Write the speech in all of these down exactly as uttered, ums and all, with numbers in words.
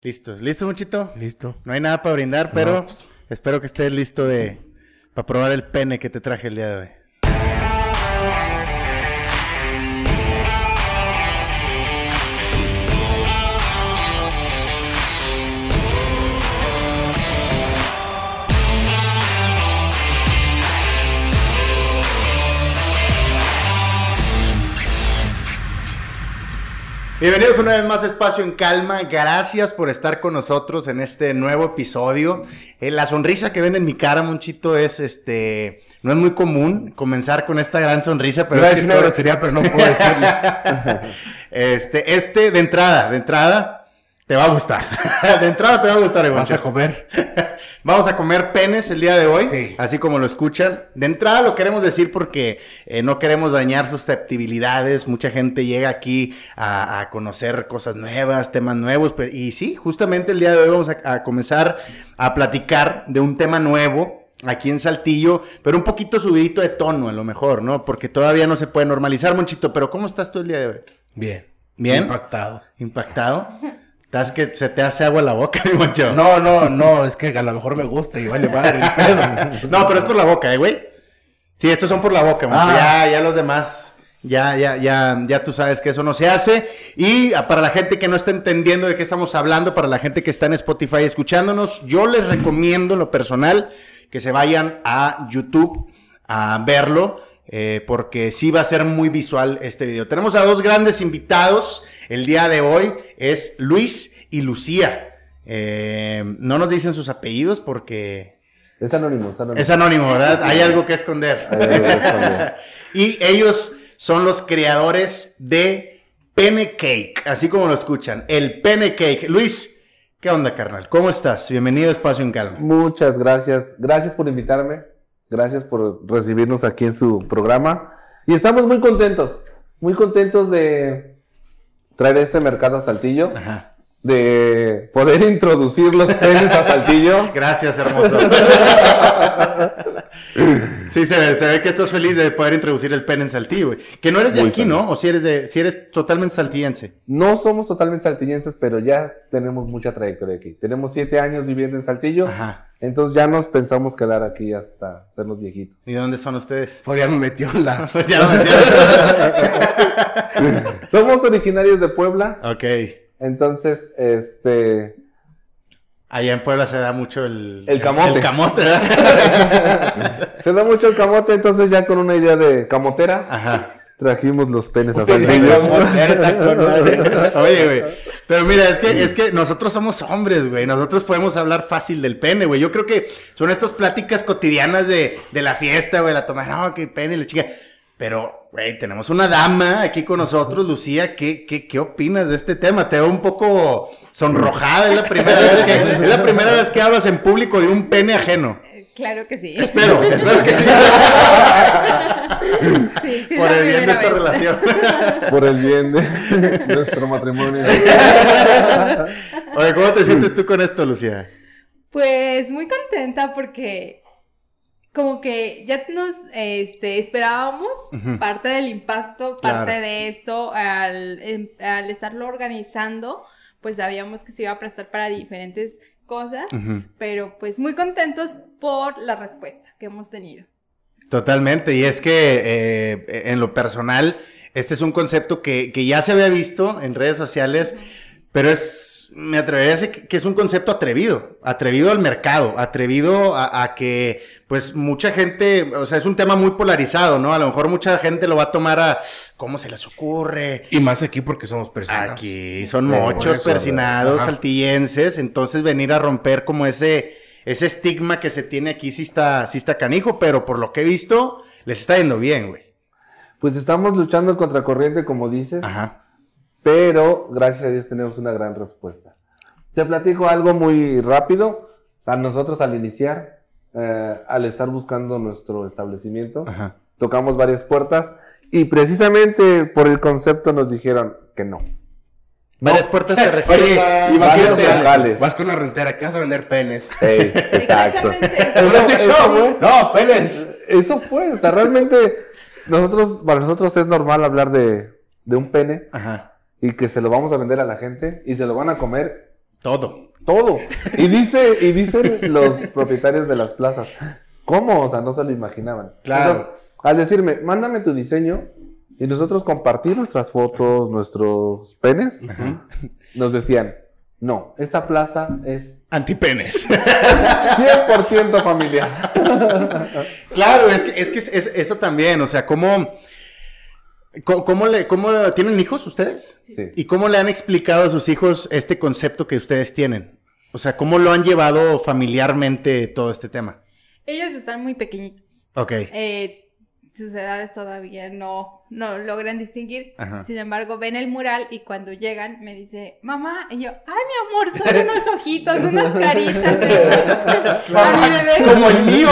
Listo, ¿listo, Monchito? Listo. No hay nada para brindar, pero No, pues. espero que estés listo de para probar el pene que te traje el día de hoy. Bienvenidos una vez más a Espacio en Calma. Gracias por estar con nosotros en este nuevo episodio. Eh, la sonrisa que ven en mi cara, Monchito, es este... No es muy común comenzar con esta gran sonrisa, pero... Iba a es decir que una estoy- grosería, pero no puedo decirlo. este, este, de entrada, de entrada, te va a gustar. De entrada te va a gustar, ¿Vas Monchito. a comer? Vamos a comer penes el día de hoy, Sí. así como lo escuchan. De entrada lo queremos decir porque eh, no queremos dañar susceptibilidades. Mucha gente llega aquí a, a conocer cosas nuevas, temas nuevos. Pues, y sí, justamente el día de hoy vamos a, a comenzar a platicar de un tema nuevo aquí en Saltillo, pero un poquito subidito de tono a lo mejor, ¿no? Porque todavía no se puede normalizar, Monchito. Pero ¿cómo estás tú el día de hoy? Bien. ¿Bien? Impactado. ¿Impactado? ¿Estás que se te hace agua la boca, mi Moncho? No, no, no, es que a lo mejor me gusta y vale madre el pedo. No, pero es por la boca, ¿eh, güey? Sí, estos son por la boca, Moncho. Ah. Ya, ya los demás, ya, ya, ya, ya tú sabes que eso no se hace. Y ah, para la gente que no está entendiendo de qué estamos hablando, para la gente que está en Spotify escuchándonos, yo les recomiendo en lo personal que se vayan a YouTube a verlo. Eh, porque sí va a ser muy visual este video. Tenemos a dos grandes invitados el día de hoy, es Luis y Lucía. Eh, no nos dicen sus apellidos porque Es anónimo, es anónimo. es anónimo, ¿verdad? Hay algo que esconder. Hay algo que esconder. Y ellos son los creadores de Pene Cake, así como lo escuchan, el Pene Cake. Luis, ¿qué onda, carnal? ¿Cómo estás? Bienvenido a Espacio en Calma. Muchas gracias. Gracias por invitarme. Gracias por recibirnos aquí en su programa. Y estamos muy contentos. Muy contentos de traer este mercado a Saltillo. Ajá. De poder introducir los penes a Saltillo. Gracias, hermoso. Sí, se ve, se ve que estás feliz de poder introducir el pene en Saltillo, güey. Que no eres de Muy aquí, feliz. ¿no? O si eres de, si eres totalmente saltillense. No somos totalmente saltillenses, pero ya tenemos mucha trayectoria aquí. Tenemos siete años viviendo en Saltillo. Ajá. Entonces ya nos pensamos quedar aquí hasta ser los viejitos. ¿Y de dónde son ustedes? Pues ya me metió en la... Pues ya lo metieron. Somos originarios de Puebla. Ok. Entonces, este... Allá en Puebla se da mucho el... El camote. El camote, ¿verdad? Se da mucho el camote, entonces ya con una idea de camotera, Ajá. trajimos los penes a Pene Saltillo. camotero, está con madre. Oye, güey. Pero mira, es que, es que nosotros somos hombres, güey. Nosotros podemos hablar fácil del pene, güey. Yo creo que son estas pláticas cotidianas de, de la fiesta, güey. La toma, no, que pene, la chica. Pero, güey, tenemos una dama aquí con nosotros, Lucía. ¿Qué, qué, qué opinas de este tema? Te veo un poco sonrojada. Es la primera vez que, es la primera vez que hablas en público de un pene ajeno. Eh, Claro que sí. Espero, espero que sí. Sí, sí, es Por la el bien de primera esta vez. relación. Por el bien de nuestro matrimonio. Oye, ¿cómo te sientes tú con esto, Lucía? Pues muy contenta porque como que ya nos este, esperábamos Ujú. parte del impacto, parte Claro. de esto, al, em- al estarlo organizando, pues sabíamos que se iba a prestar para diferentes cosas, Ujú. pero pues muy contentos por la respuesta que hemos tenido. Totalmente, y es que eh, en lo personal, este es un concepto que, que ya se había visto en redes sociales, pero es, me atrevería a decir que, que es un concepto atrevido, atrevido al mercado, atrevido a, a que, pues, mucha gente, o sea, es un tema muy polarizado, ¿no? A lo mejor mucha gente lo va a tomar a, ¿cómo se les ocurre? Y más aquí porque somos personas. Aquí son Sí, muchos por eso, persinados, ajá. saltillenses, entonces venir a romper como ese, ese estigma que se tiene aquí sí está, sí está canijo, pero por lo que he visto, les está yendo bien, güey. Pues estamos luchando contra corriente, como dices, Ajá. pero gracias a Dios tenemos una gran respuesta. Te platico algo muy rápido. A nosotros al iniciar, eh, al estar buscando nuestro establecimiento, Ajá. tocamos varias puertas y precisamente por el concepto nos dijeron que no. Varias puertas se refieren Oye, a... imagínate, varios locales. Vas con la rentera, que vas a vender penes. Ey, exacto. Exactamente. ¿No has Eso- hecho? eso fue- No, penes. Eso fue, o sea, realmente nosotros, para nosotros es normal hablar de, de un pene Ajá. y que se lo vamos a vender a la gente y se lo van a comer Todo. Todo. Y dice, y dicen los propietarios de las plazas, ¿cómo? O sea, no se lo imaginaban. Claro. Entonces, al decirme, mándame tu diseño y nosotros compartir nuestras fotos, nuestros penes, Ajá. nos decían, no, esta plaza es Antipenes. cien por ciento familiar. Claro, es que, es que es, es- eso también, o sea, ¿cómo, cómo, cómo le, cómo, ¿tienen hijos ustedes? Sí. ¿Y cómo le han explicado a sus hijos este concepto que ustedes tienen? O sea, ¿cómo lo han llevado familiarmente todo este tema? Ellos están muy pequeñitos. Ok. Eh, sus edades todavía no, no logran distinguir. Ajá. Sin embargo, ven el mural y cuando llegan me dice, mamá, y yo, ay, mi amor, son unos ojitos, unas caritas. A mi bebé. Como el mío.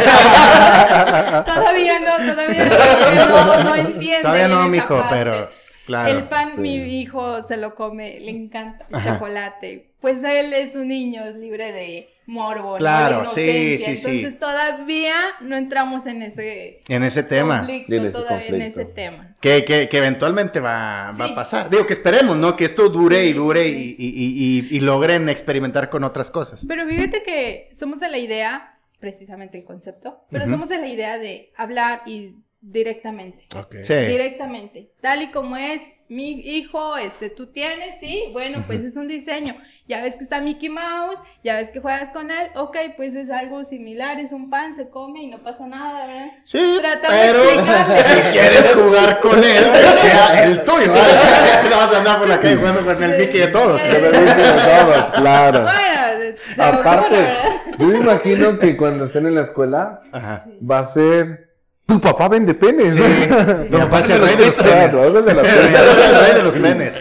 Todavía no, todavía no, no, no entiende. Todavía no, esa mijo, parte. pero claro. El pan, Sí. mi hijo se lo come, le encanta el Ajá. chocolate. Pues él es un niño libre de morbo, Claro, ¿no? De sí, inocencia. sí, sí. Entonces todavía no entramos en ese En ese tema. conflicto, En ese todavía en conflicto. ese tema. Que, que, que eventualmente va, va Sí. a pasar. Digo, que esperemos, ¿no? Que esto dure y dure y, y, y, y- y logren experimentar con otras cosas. Pero fíjate que somos de la idea, precisamente el concepto, pero Ujú. somos de la idea de hablar y directamente. Ok. Sí. Directamente, tal y como es, mi hijo, este, tú tienes, sí, bueno, pues es un diseño, ya ves que está Mickey Mouse, ya ves que juegas con él, ok, pues es algo similar, es un pan, se come y no pasa nada, ¿verdad? Sí, Tratamos de pero explicarle. si quieres jugar con él, que sea el tuyo. No vas a andar por la calle jugando con el Mickey de todos. Se me dice de todo, claro. Bueno, se me Aparte, ocurre, ¿verdad? yo me imagino que cuando estén en la escuela Ajá. va a ser tu papá vende penes. Sí. ¿no? Mi papá es el rey de los Claro, penes. es de los El penes. rey de los penes.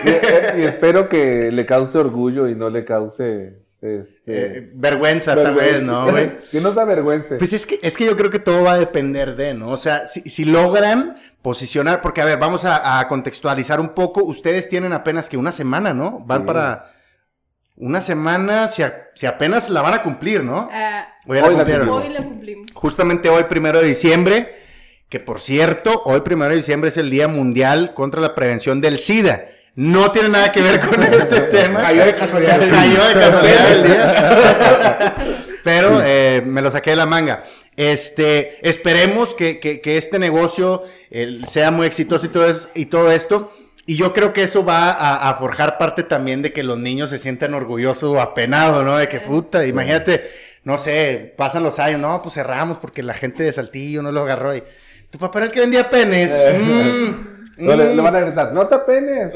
Y, y espero que le cause orgullo y no le cause este, Eh, vergüenza, tal vez, ¿no, güey? Que no te avergüence. Pues es que, es que yo creo que todo va a depender de, ¿no? O sea, si, si logran posicionar, porque a ver, vamos a, a contextualizar un poco. Ustedes tienen apenas que una semana, ¿no? Van Sí. para una semana, si, a- si apenas la van a cumplir, ¿no? Ah, O ya la Hoy la cumplieron. cumplimos. hoy lo cumplimos. Justamente hoy, primero de diciembre, que por cierto, hoy, primero de diciembre, es el Día Mundial contra la Prevención del SIDA. No tiene nada que ver con este tema. Cayó de casualidad. Cayó de casualidad el día. Pero eh, me lo saqué de la manga. Este, esperemos que, que, que este negocio eh, sea muy exitoso y todo, es- y todo esto. Y yo creo que eso va a, a forjar parte también de que los niños se sientan orgullosos o apenados, ¿no? De que puta, imagínate, no sé, pasan los años, no, pues cerramos porque la gente de Saltillo no lo agarró y tu papá era el que vendía penes. Mm, No, le, mm. le van a gritar, no te apenes.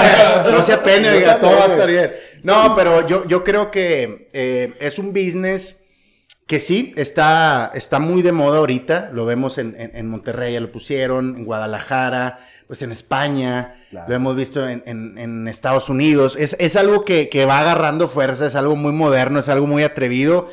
No se apene, No oiga, se todo va a apene. estar bien. No, pero yo, yo creo que eh, es un business que sí, está, está muy de moda ahorita. Lo vemos en, en, en Monterrey, ya lo pusieron, en Guadalajara, pues en España, Claro. lo hemos visto en, en, en Estados Unidos. Es, es algo que, que va agarrando fuerza, es algo muy moderno, es algo muy atrevido.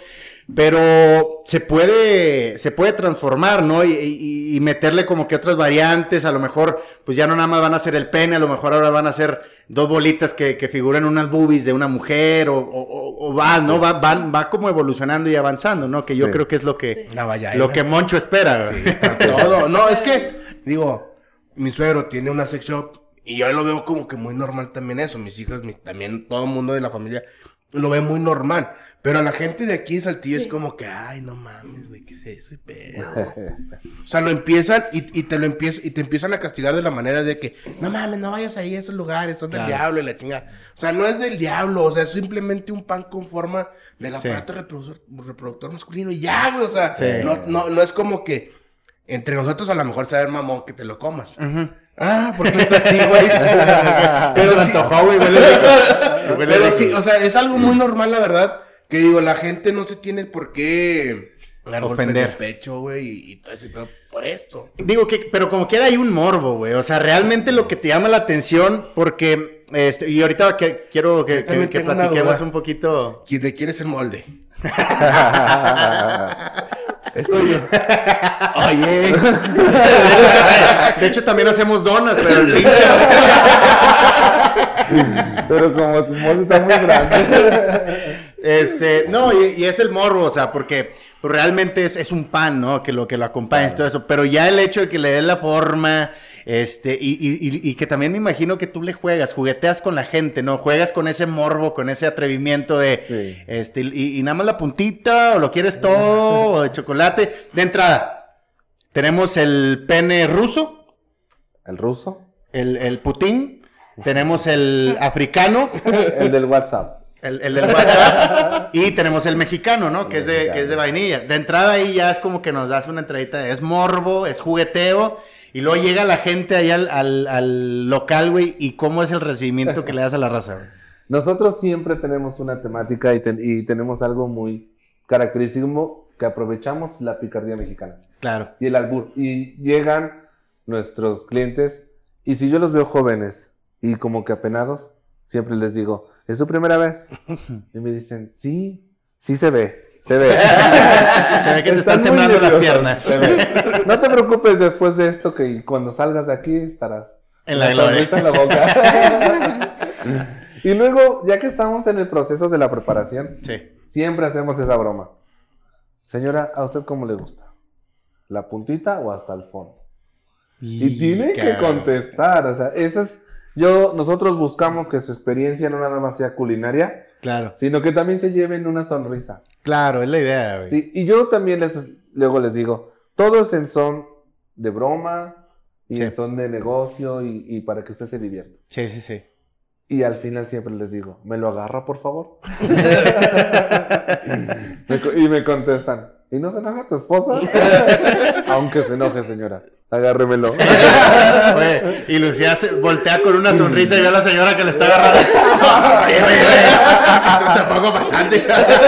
Pero se puede, se puede transformar, ¿no? Y, y- y meterle como que otras variantes, a lo mejor, pues ya no nada más van a ser el pene, a lo mejor ahora van a ser dos bolitas que, que figuran unas boobies de una mujer, o, o, o- o va, ¿no? Va, van- va como evolucionando y avanzando, ¿no? Que yo Sí. creo que es lo que, Una valla. lo que Moncho espera. Sí, güey. está todo. No, es que, digo, mi suegro tiene una sex shop y yo lo veo como que muy normal también eso. Mis hijas, mis- también todo el mundo de la familia lo ve muy normal. Pero a la gente de aquí de Saltillo Sí. es como que, ay, no mames, güey, ¿qué es ese pedo? O sea, lo empiezan y, y te lo empiezan y te empiezan a castigar de la manera de que, no mames, no vayas ahí a esos lugares, son del Claro. diablo y la chingada. O sea, no es del diablo, o sea, es simplemente un pan con forma del Sí. aparato reproductor, reproductor masculino y ya, güey, o sea, Sí. no, no, no es como que entre nosotros a lo mejor se ve mamón que te lo comas. Ah, porque no es así, güey. Pero se sí- antojó, güey, huele rico. Huele Pero rico. sí, o sea, es algo muy normal, la verdad. Que digo, la gente no se tiene por qué dar golpes Ofender. de pecho, güey, y, y todo ese pedo por esto. Digo que, pero como quiera hay un morbo, güey. O sea, realmente lo que te llama la atención, porque, este, y ahorita que, quiero que, Yo también que, que tengo una platiquemos duda. un poquito. ¿Qui- ¿De quién es el molde? Es tuyo. Oye. De hecho, también hacemos donas, pero el pinche. Pero como tu molde está muy grande. Este, no, y, y es el morbo, o sea, porque pues, realmente es, es un pan, ¿no? Que lo que lo acompaña y todo eso. Pero ya el hecho de que le den la forma, Este, y, y, y, y que también me imagino que tú le juegas, jugueteas con la gente, ¿no? Juegas con ese morbo, con ese atrevimiento de, Sí. este, y, y nada más la puntita, o lo quieres todo, o de chocolate. De entrada, tenemos el pene ruso, El ruso, el, el Putin, tenemos el africano, el del WhatsApp. el, el del WhatsApp, y tenemos el mexicano, ¿no? Que El es, de, mexicano. que es de vainilla. De entrada ahí ya es como que nos das una entradita, de- es morbo, es jugueteo, y luego llega la gente ahí al, al, al local, güey, y cómo es el recibimiento que le das a la raza, güey. Nosotros siempre tenemos una temática y, ten- y tenemos algo muy característico que aprovechamos la picardía mexicana Claro. y el albur. Y llegan nuestros clientes y si yo los veo jóvenes y como que apenados, siempre les digo, ¿es su primera vez? Y me dicen, sí, sí se ve, se ve. Se ve que te están muy temblando las nerviosos, piernas. se ve. No te preocupes después de esto que cuando salgas de aquí estarás En la con gloria. sonrisa en la boca. Y luego, ya que estamos en el proceso de la preparación, Sí. siempre hacemos esa broma. Señora, ¿a usted cómo le gusta? ¿La puntita o hasta el fondo? Y tiene que cabrón. contestar, o sea, eso es, yo, nosotros buscamos que su experiencia no nada más sea culinaria, Claro. sino que también se lleven una sonrisa. Claro, es la idea, güey. Sí, y yo también les, luego les digo, todo es en son de broma y Sí. en son de negocio y, y para que usted se divierta. Sí, sí, sí. Y al final siempre les digo, ¿me lo agarra, por favor? Me co- y me contestan, ¿y no se enoja tu esposa? Aunque se enoje, señora, agárremelo. Oye, y Lucía se voltea con una sonrisa y ve a la señora que le está agarrando. Oye, oye, oye, eso tampoco bastante.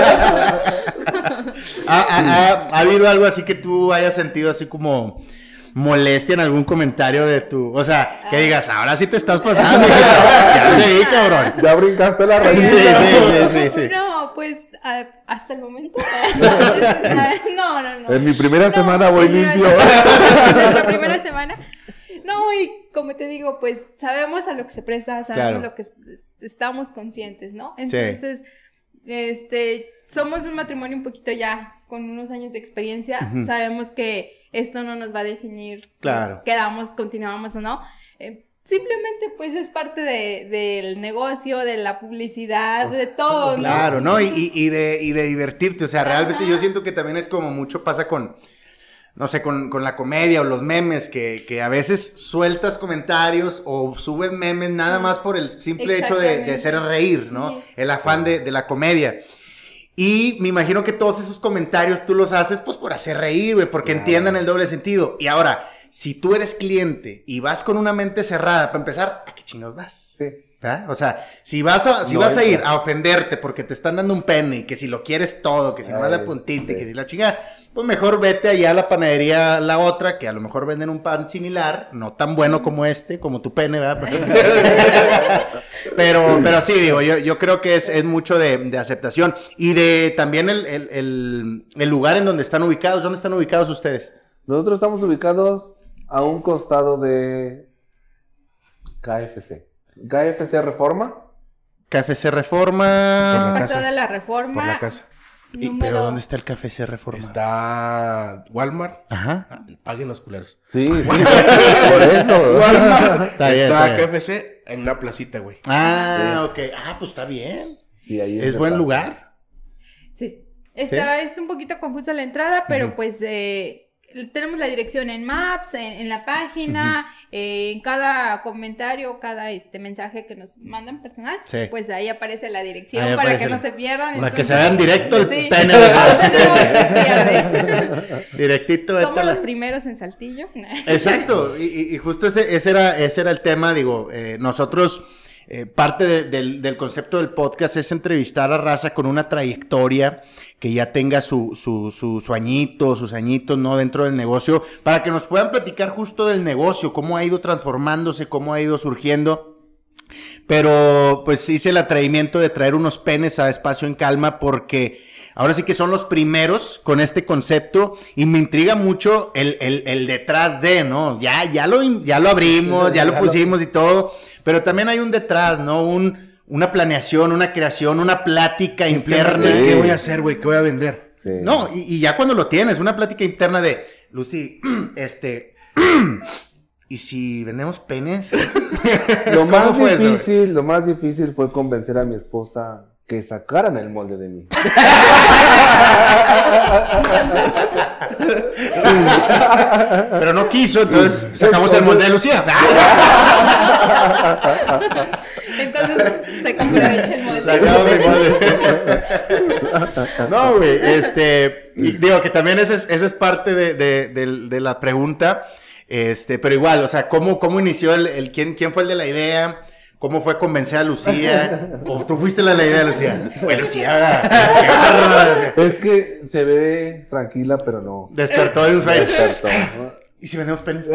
¿Ha, ha, ha- ha habido algo así que tú hayas sentido así como molestia en algún comentario de tu... O sea, que digas, ahora sí te estás pasando. Ya te vi, cabrón. Ya brincaste la Sí, raíz. sí, sí, sí, sí. No, pues a- hasta el momento. no, no, no. En mi primera No, semana voy en primera limpio. semana, en nuestra primera semana. No, y como te digo, pues sabemos a lo que se presta, sabemos Claro. lo que es- estamos conscientes, ¿no? Entonces, este, somos un matrimonio un poquito ya con unos años de experiencia, Ujú. sabemos que esto no nos va a definir si Claro. quedamos, continuamos o no. Eh, simplemente, pues es parte de, del negocio, de la publicidad, de todo, ¿no? Claro, ¿no? Y, y, y de, y de divertirte. O sea, realmente Ajá. yo siento que también es como mucho pasa con, no sé, con, con la comedia o los memes, que, que a veces sueltas comentarios o subes memes nada más por el simple hecho de, de hacer reír, ¿no? Sí. El afán de, de la comedia. Y me imagino que todos esos comentarios tú los haces pues por hacer reír, güey, porque Claro. entiendan el doble sentido. Y ahora, si tú eres cliente y vas con una mente cerrada, para empezar, ¿a qué chingados vas? Sí. ¿Verdad? O sea, si vas a, si No vas a ir entra. a ofenderte porque te están dando un pene y que si lo quieres todo, que si no Ay, la puntita y sí. que si la chingada, pues mejor vete allá a la panadería, la otra, que a lo mejor venden un pan similar, no tan bueno como este, como tu pene, ¿verdad? pero, pero sí, digo, yo, yo creo que es, es mucho de, de aceptación y de también el, el, el, el lugar en donde están ubicados. ¿Dónde están ubicados ustedes? Nosotros estamos ubicados a un costado de K F C. K F C Reforma. K F C Reforma. Por la Pasó casa. de la reforma. Por la casa. Y- número- pero ¿dónde está el K F C Reforma? Está Walmart. Ajá. Ah, paguen los culeros. Sí, sí, por eso. Está bien, está está bien. K F C en una placita, güey. Ah, ok. Ah, pues está bien. Y ahí Es buen empezamos. lugar. Sí. Está, está un poquito confusa la entrada, pero Ujú. pues eh, tenemos la dirección en Maps, en, en la página, eh, en cada comentario, cada este mensaje que nos mandan personal, Sí. pues ahí aparece la dirección Ahí para aparece que no la- se pierdan. para que entonces- se vean directo el Sí. pene. No tenemos que pierde. Directito. vete a Somos la- los primeros en Saltillo. Exacto. Y, y- y justo ese, ese, era, ese era el tema. Digo, eh, nosotros, eh, parte de- del, del concepto del podcast es entrevistar a raza con una trayectoria que ya tenga su, su, su, su añito, sus añitos, ¿no? Dentro del negocio, para que nos puedan platicar justo del negocio, cómo ha ido transformándose, cómo ha ido surgiendo. Pero pues hice el atrevimiento de traer unos penes a Espacio en Calma porque ahora sí que son los primeros con este concepto y me intriga mucho el, el, el detrás de, ¿no? Ya, ya, lo, ya lo abrimos, ya lo Ya lo- pusimos y todo, pero también hay un detrás, ¿no? Un, una planeación, una creación, una plática interna. Sí. ¿Qué voy a hacer, güey? ¿Qué voy a vender? Sí. No, y, y ya cuando lo tienes, una plática interna de, Lucy, este, ¿y si vendemos penes? Lo más fue eso, difícil, lo más difícil fue convencer a mi esposa que sacaran el molde de mí. Pero no quiso, entonces sacamos el molde de Lucía. Entonces se compró el molde. Sacamos el molde. No, güey, este, y digo que también esa es, esa es parte de, de, de, de la pregunta, este, pero igual, o sea, ¿cómo, cómo inició el, el quién, quién fue el de la idea? ¿Cómo fue convencer a Lucía? ¿O tú fuiste la de la idea, Lucía? Pues Lucía, ¿verdad? Es que se ve tranquila, pero no. Despertó de un sueño. Despertó. ¿Y si vendemos penes?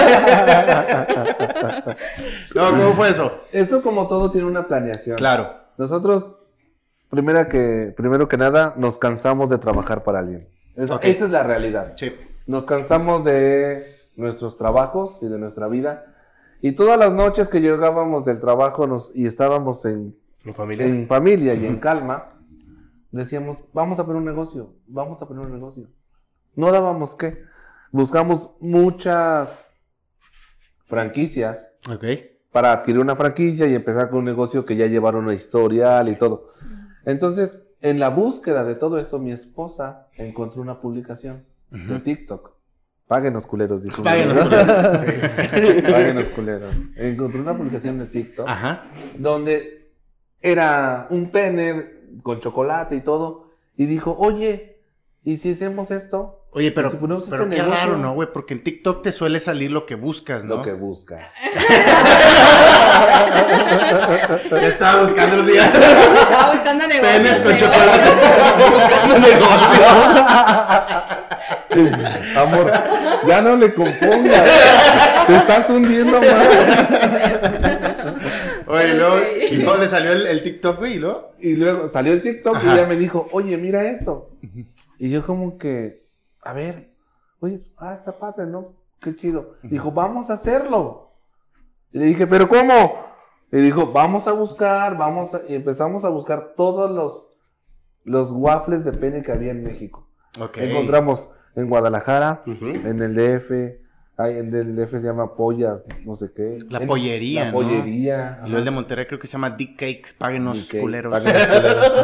No, ¿cómo fue eso? Eso, como todo, tiene una planeación. Claro. Nosotros, primero que, primero que nada, nos cansamos de trabajar para alguien. Eso, Ok. Esa es la realidad. Sí. Nos cansamos de nuestros trabajos y de nuestra vida. Y todas las noches que llegábamos del trabajo nos, y estábamos en, ¿En familia? en familia y en calma, decíamos, vamos a poner un negocio, vamos a poner un negocio. No dábamos qué. Buscamos muchas franquicias Ok. para adquirir una franquicia y empezar con un negocio que ya llevara una historial y todo. Entonces, en la búsqueda de todo eso, mi esposa encontró una publicación Ujú. de TikTok. Páguenos, culeros, dijo. Páguenos, culeros. Sí. Páguenos, culeros. Encontré una publicación de TikTok Ajá. donde era un pene con chocolate y todo. Y dijo, oye, ¿y si hacemos esto? Oye, pero, Si ponemos pero este qué negocio, raro, ¿no, güey? Porque en TikTok te suele salir lo que buscas, ¿no? Lo que buscas. Ya estaba buscando los días. Estaba buscando negocios. Penes con negocios. chocolate. Buscando negocio. Amor, ya no le compongas. Te estás hundiendo más. Oye, y luego, Ok. y luego le salió el, el TikTok, güey, y luego. Y luego salió el TikTok Ajá. y ella me dijo, oye, mira esto. Y yo como que, a ver, oye, ah, está padre, ¿no? Qué chido. Dijo, vamos a hacerlo. Y le dije, ¿pero cómo? Y dijo, vamos a buscar, vamos a... Y empezamos a buscar todos los, los waffles de pene que había en México. Ok. Encontramos en Guadalajara, Ujú. en el D F, hay, en el D F se llama Pollas, no sé qué. La En- pollería, La ¿no? pollería. Y luego el de Monterrey creo que se llama Dick Cake. Páguenos, Dick Cake, culeros. páguenos, culeros.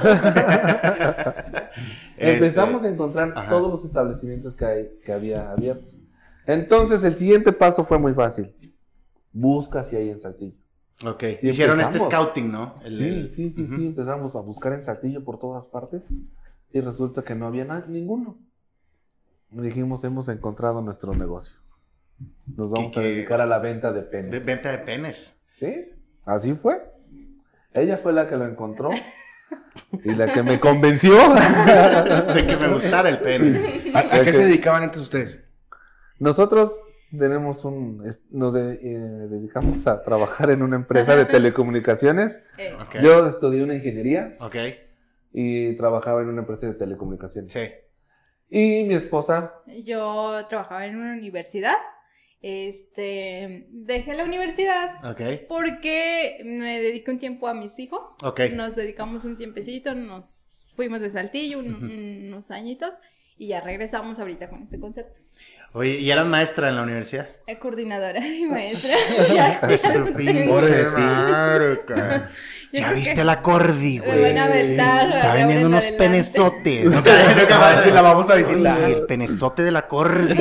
Este, Empezamos a encontrar ajá. todos los establecimientos que, hay, que había abiertos. Entonces, el siguiente paso fue muy fácil. Busca si hay en Saltillo. Ok. Y Hicieron este empezamos. scouting, ¿no? El- Sí, el- sí, sí, Ujú. sí. Empezamos a buscar en Saltillo por todas partes. Y resulta que no había na- ninguno. Dijimos, hemos encontrado nuestro negocio. Nos vamos ¿Qué- a qué? dedicar a la venta de penes. De venta de penes. Sí, así fue. Ella fue la que lo encontró. Y la que me convenció. De que me gustara el pene. ¿A, a qué se dedicaban antes ustedes? Nosotros tenemos un, es- nos de- eh, dedicamos a trabajar en una empresa de telecomunicaciones. Eh, Ok. Yo estudié una ingeniería Ok. y trabajaba en una empresa de telecomunicaciones. Sí. Y mi esposa, Yo trabajaba en una universidad. Este, dejé la universidad Ok. porque me dediqué un tiempo a mis hijos. Ok. Nos dedicamos un tiempecito, nos fuimos de Saltillo un- Ujú. unos añitos y ya regresamos ahorita con este concepto. Oye, ¿y eras maestra en la universidad? Eh, coordinadora y maestra. ya, Pues ya su no pinche tengo. Pobre de ti. madre, cara. Yo Ya creo viste que la cordi, me güey. van a aventar Está ahora vendiendo en unos adelante. penesotes. Nunca, nunca va a decir la vamos a visitar. Oye, El penesote de la cordi.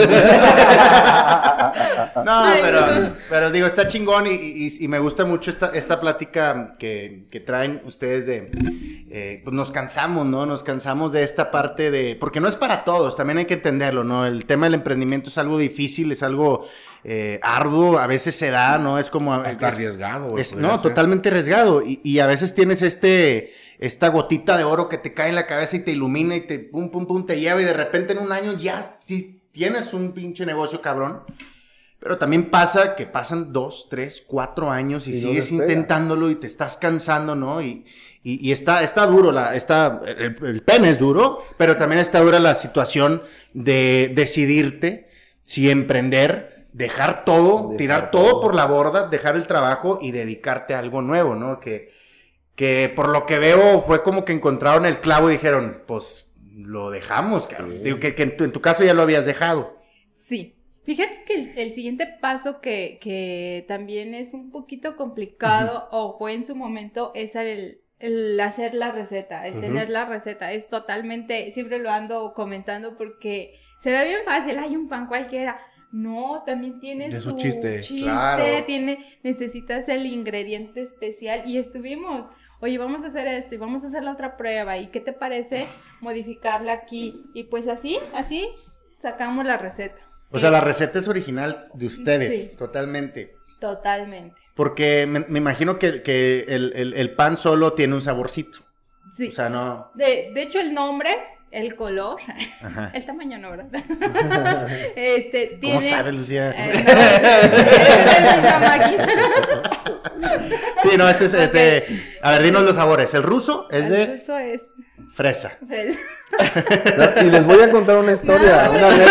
No, Ay, pero, no. pero digo, está chingón y, y- y me gusta mucho esta, esta plática que, que traen ustedes de... eh, pues nos cansamos, ¿no? Nos cansamos de esta parte de... Porque no es para todos, también hay que entenderlo, ¿no? El tema del emprendimiento es algo difícil, es algo eh, arduo, a veces se da, ¿no? Es como... Está es- arriesgado, güey. es- podría no, ser. totalmente arriesgado. Y, y a veces tienes este, esta gotita de oro que te cae en la cabeza y te ilumina y te pum, pum, pum, te lleva y de repente en un año ya ti- tienes un pinche negocio cabrón. Pero también pasa que pasan dos, tres, cuatro años y, Y no sigues despega. intentándolo y te estás cansando, ¿no? Y, y, y está, está duro, la, está, el, el pene es duro, pero también está dura la situación de decidirte si emprender, dejar todo, Dejar tirar todo. todo por la borda, dejar el trabajo y dedicarte a algo nuevo, ¿no? Que, que por lo que veo fue como que encontraron el clavo y dijeron, pues lo dejamos, cabrón. Sí. Digo que, que en, tu, en tu caso ya lo habías dejado. Sí, Fíjate que el, el siguiente paso que, que también es un poquito complicado, uh-huh. o fue en su momento, es el, el hacer la receta, el uh-huh. tener la receta. Es totalmente, siempre lo ando comentando porque se ve bien fácil, hay un pan cualquiera. No, también tiene de su, su chiste, chiste claro. tiene, necesitas el ingrediente especial y estuvimos, oye, vamos a hacer esto y vamos a hacer la otra prueba y ¿qué te parece modificarla aquí? Y pues así, así sacamos la receta. O sea, la receta es original de ustedes, Sí. totalmente. Totalmente. Porque me, me imagino que, que el, el, el pan solo tiene un saborcito. Sí. O sea, no... De, de hecho, el nombre, el color, Ajá. el tamaño no, ¿verdad? este, tiene... ¿Cómo sabes, Lucía? Eh, no, es esa máquina. Sí, no, este es, Ok. este... A ver, dinos los sabores. El ruso es de Eso es fresa. fresa. Y les voy a contar una historia. No, una no.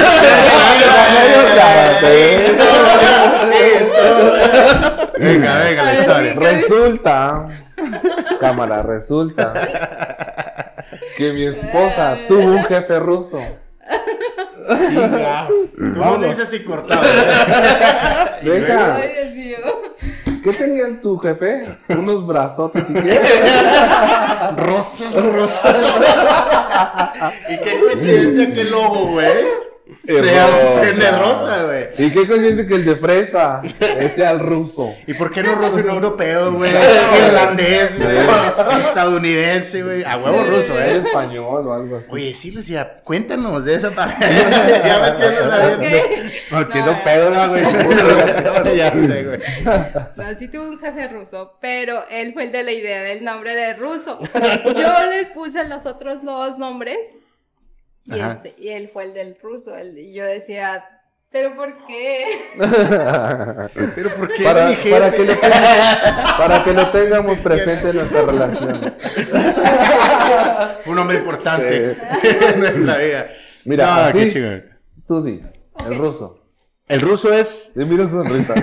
anécdota. Venga, venga, la A ver, historia. sí. Resulta, cámara, resulta que mi esposa tuvo un jefe ruso. Chinga. Tú no dices y cortado. Deja. Ay, Dios mío. ¿Qué tenía tu jefe? Unos brazotes y qué. Rosa, rosa. Y qué coincidencia que el logo, güey. Sea un pene rosa, güey. Y qué coincidencia que el de fresa sea el ruso. ¿Y por qué no ruso y no europeo, güey? Irlandés, güey. Estadounidense, güey. A huevo ruso, ¿Es ¿eh? español o algo así? Oye, sí, Lucía, cuéntanos de esa parte. Ya me entiendo la Ok. vida. No entiendo No. pedo, ¿no, güey. Ya sé, güey. Bueno, sí tuve un jefe ruso, pero él fue el de la idea del nombre de ruso. Yo les puse los otros dos nombres y, Ajá. este, y él fue el del ruso. El, y yo decía, ¿pero por qué? Pero ¿por qué Para, mi jefe? para que lo tengamos, para que lo tengamos presente en nuestra relación. Fue un hombre importante en nuestra vida. Mira, No, así, qué chingón. tú di, Ok. el ruso. El ruso es... Y mira su sonrisa.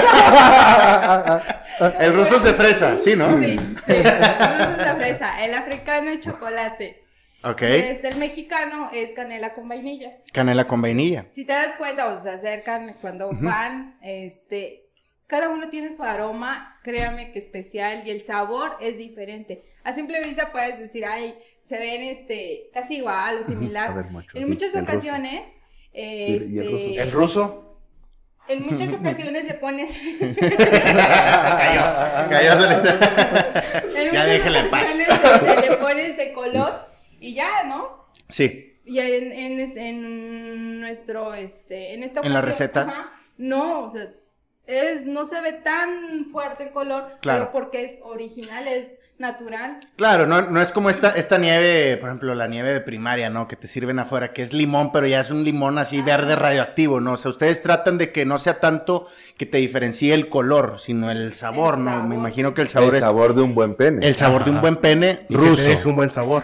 El ruso es de fresa, ¿sí, no? Sí, sí, el ruso es la fresa, el africano es chocolate. Ok. Este, el mexicano es canela con vainilla. Canela con vainilla. Si te das cuenta o se acercan cuando van, este, cada uno tiene su aroma, créame que especial y el sabor es diferente. A simple vista puedes decir, ay, se ven este casi igual o similar. A ver, macho, en sí, muchas el ruso. ocasiones, ¿Y el este, ruso? ¿El ruso? en muchas ocasiones le pones, Cayó. Cayó solita. en Ya muchas déjala en paz. ocasiones le, le pones el color y ya, ¿no? Sí. Y en, en, este- en nuestro, este, en esta En la ocasión, receta. ajá, no, o sea, es, no se ve tan fuerte el color, Claro. pero porque es original, es natural. Claro, no, no es como esta, esta nieve, por ejemplo, la nieve de primaria, ¿no? Que te sirven afuera, que es limón, pero ya es un limón así verde radioactivo, ¿no? O sea, ustedes tratan de que no sea tanto que te diferencie el color, sino el sabor, El ¿no? sabor. Me imagino que el sabor El es sabor de un buen pene. el sabor de un buen pene Y que ruso. te deje un buen sabor.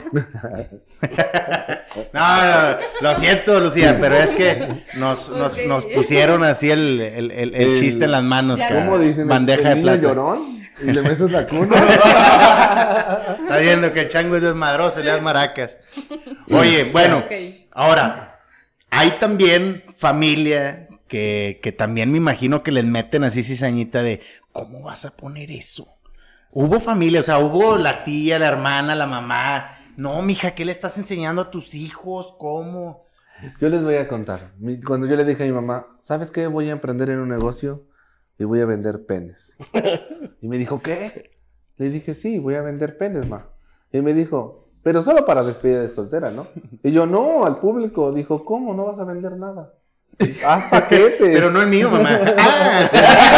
No, no, lo siento, Lucía, pero es que nos, nos, Ok. nos pusieron así el, el, el, el El- chiste en las manos. Ya. cara. ¿Cómo dicen? Bandeja el de niño plata. llorón y le metes la cuna. Está viendo que el chango es desmadroso, le das maracas. Oye, bueno, Ok. ahora, hay también familia que, que también me imagino que les meten así cizañita de, ¿cómo vas a poner eso? Hubo familia, o sea, hubo la tía, la hermana, la mamá. No, mija, ¿qué le estás enseñando a tus hijos? ¿Cómo? Yo les voy a contar. Mi- Cuando yo le dije a mi mamá, ¿sabes qué? Voy a emprender en un negocio y voy a vender penes. Y me dijo, ¿qué? Le dije, sí, voy a vender penes, ma. Y me dijo, pero solo para despedida de soltera, ¿no? Y yo, no, al público. Dijo, ¿cómo? No vas a vender nada. Haz paquetes. Pero no el mío, mamá. Ah.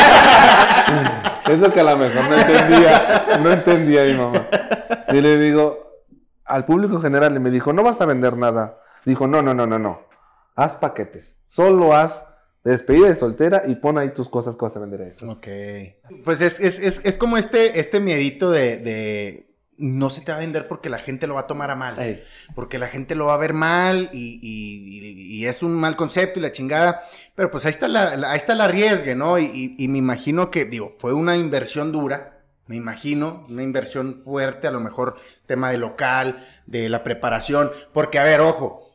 Es lo que a lo mejor no entendía. No entendía mi mamá. Y le digo, al público general, y me dijo, no vas a vender nada. Dijo, no, no, no, no, no. Haz paquetes. Solo haz despedida de soltera y pon ahí tus cosas que vas a vender a eso. Ok. Pues es, es, es, es como este, este miedito de, de no se te va a vender porque la gente lo va a tomar a mal. Ey. Porque la gente lo va a ver mal y, y, y- y es un mal concepto y la chingada. Pero pues ahí está la, la- ahí está la arriesgue, ¿no? Y, y- y me imagino que, digo, fue una inversión dura. Me imagino, una inversión fuerte, a lo mejor tema de local, de la preparación. Porque, a ver, ojo,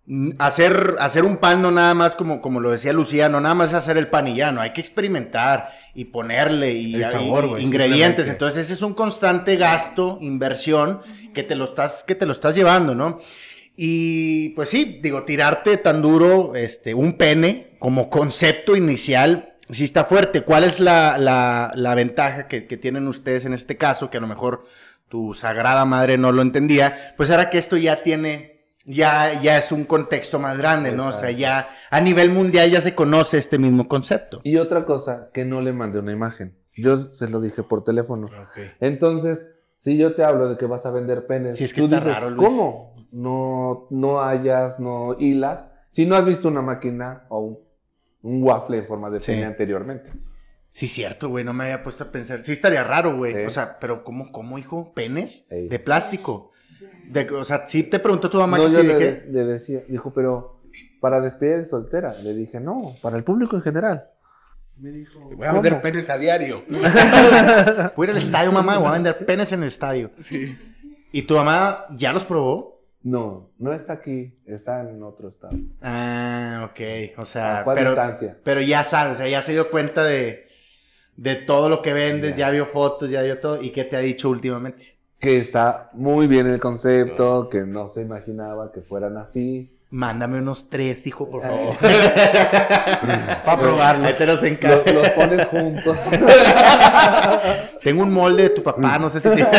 Hacer, hacer un pan no nada más como, como lo decía Lucía, no nada más hacer el pan y ya, no, hay que experimentar y ponerle y, El sabor, y- güey, ingredientes, simplemente. entonces ese es un constante gasto, inversión que te lo estás, que te lo estás llevando, ¿no? Y pues sí, digo, tirarte tan duro, este, un pene como concepto inicial, sí está fuerte. ¿Cuál es la, la, la ventaja que, que tienen ustedes en este caso, que a lo mejor tu sagrada madre no lo entendía? Pues ahora que esto ya tiene... Ya, ya es un contexto más grande, ¿no? O sea, ya a nivel mundial ya se conoce este mismo concepto. Y otra cosa, que no le mandé una imagen. Yo se lo dije por teléfono. Ok. Entonces, si yo te hablo de que vas a vender penes, Sí, es que tú está dices, raro, Luis. ¿cómo? No, no hallas, no hilas. Si no has visto una máquina o un, un waffle en forma de Sí. pene anteriormente. Sí, cierto, güey, no me había puesto a pensar. Sí estaría raro, güey. Sí. O sea, pero ¿cómo, cómo, hijo? ¿Penes? Ey. De plástico. De, o sea, sí te preguntó tu mamá No, que yo sí, de le, qué. le decía, dijo, pero para despedida de soltera. Le dije, no, para el público en general. Me dijo, Voy a ¿cómo? vender penes a diario. Voy a ir al estadio, mamá, voy a vender penes en el estadio. Sí. ¿Y tu mamá ya los probó? No, no está aquí, está en otro estado. Ah, ok. O sea, ¿A cuál pero, distancia? pero ya sabes, o sea, ya se dio cuenta de, de todo lo que vendes, ya. Ya. vio fotos, ya vio todo. ¿Y qué te ha dicho últimamente? Que está muy bien el concepto, que no se imaginaba que fueran así. Mándame unos tres, hijo, por favor. Para probarlos. Ahí te los Los, encargo. los pones juntos. Tengo un molde de tu papá, no sé si te...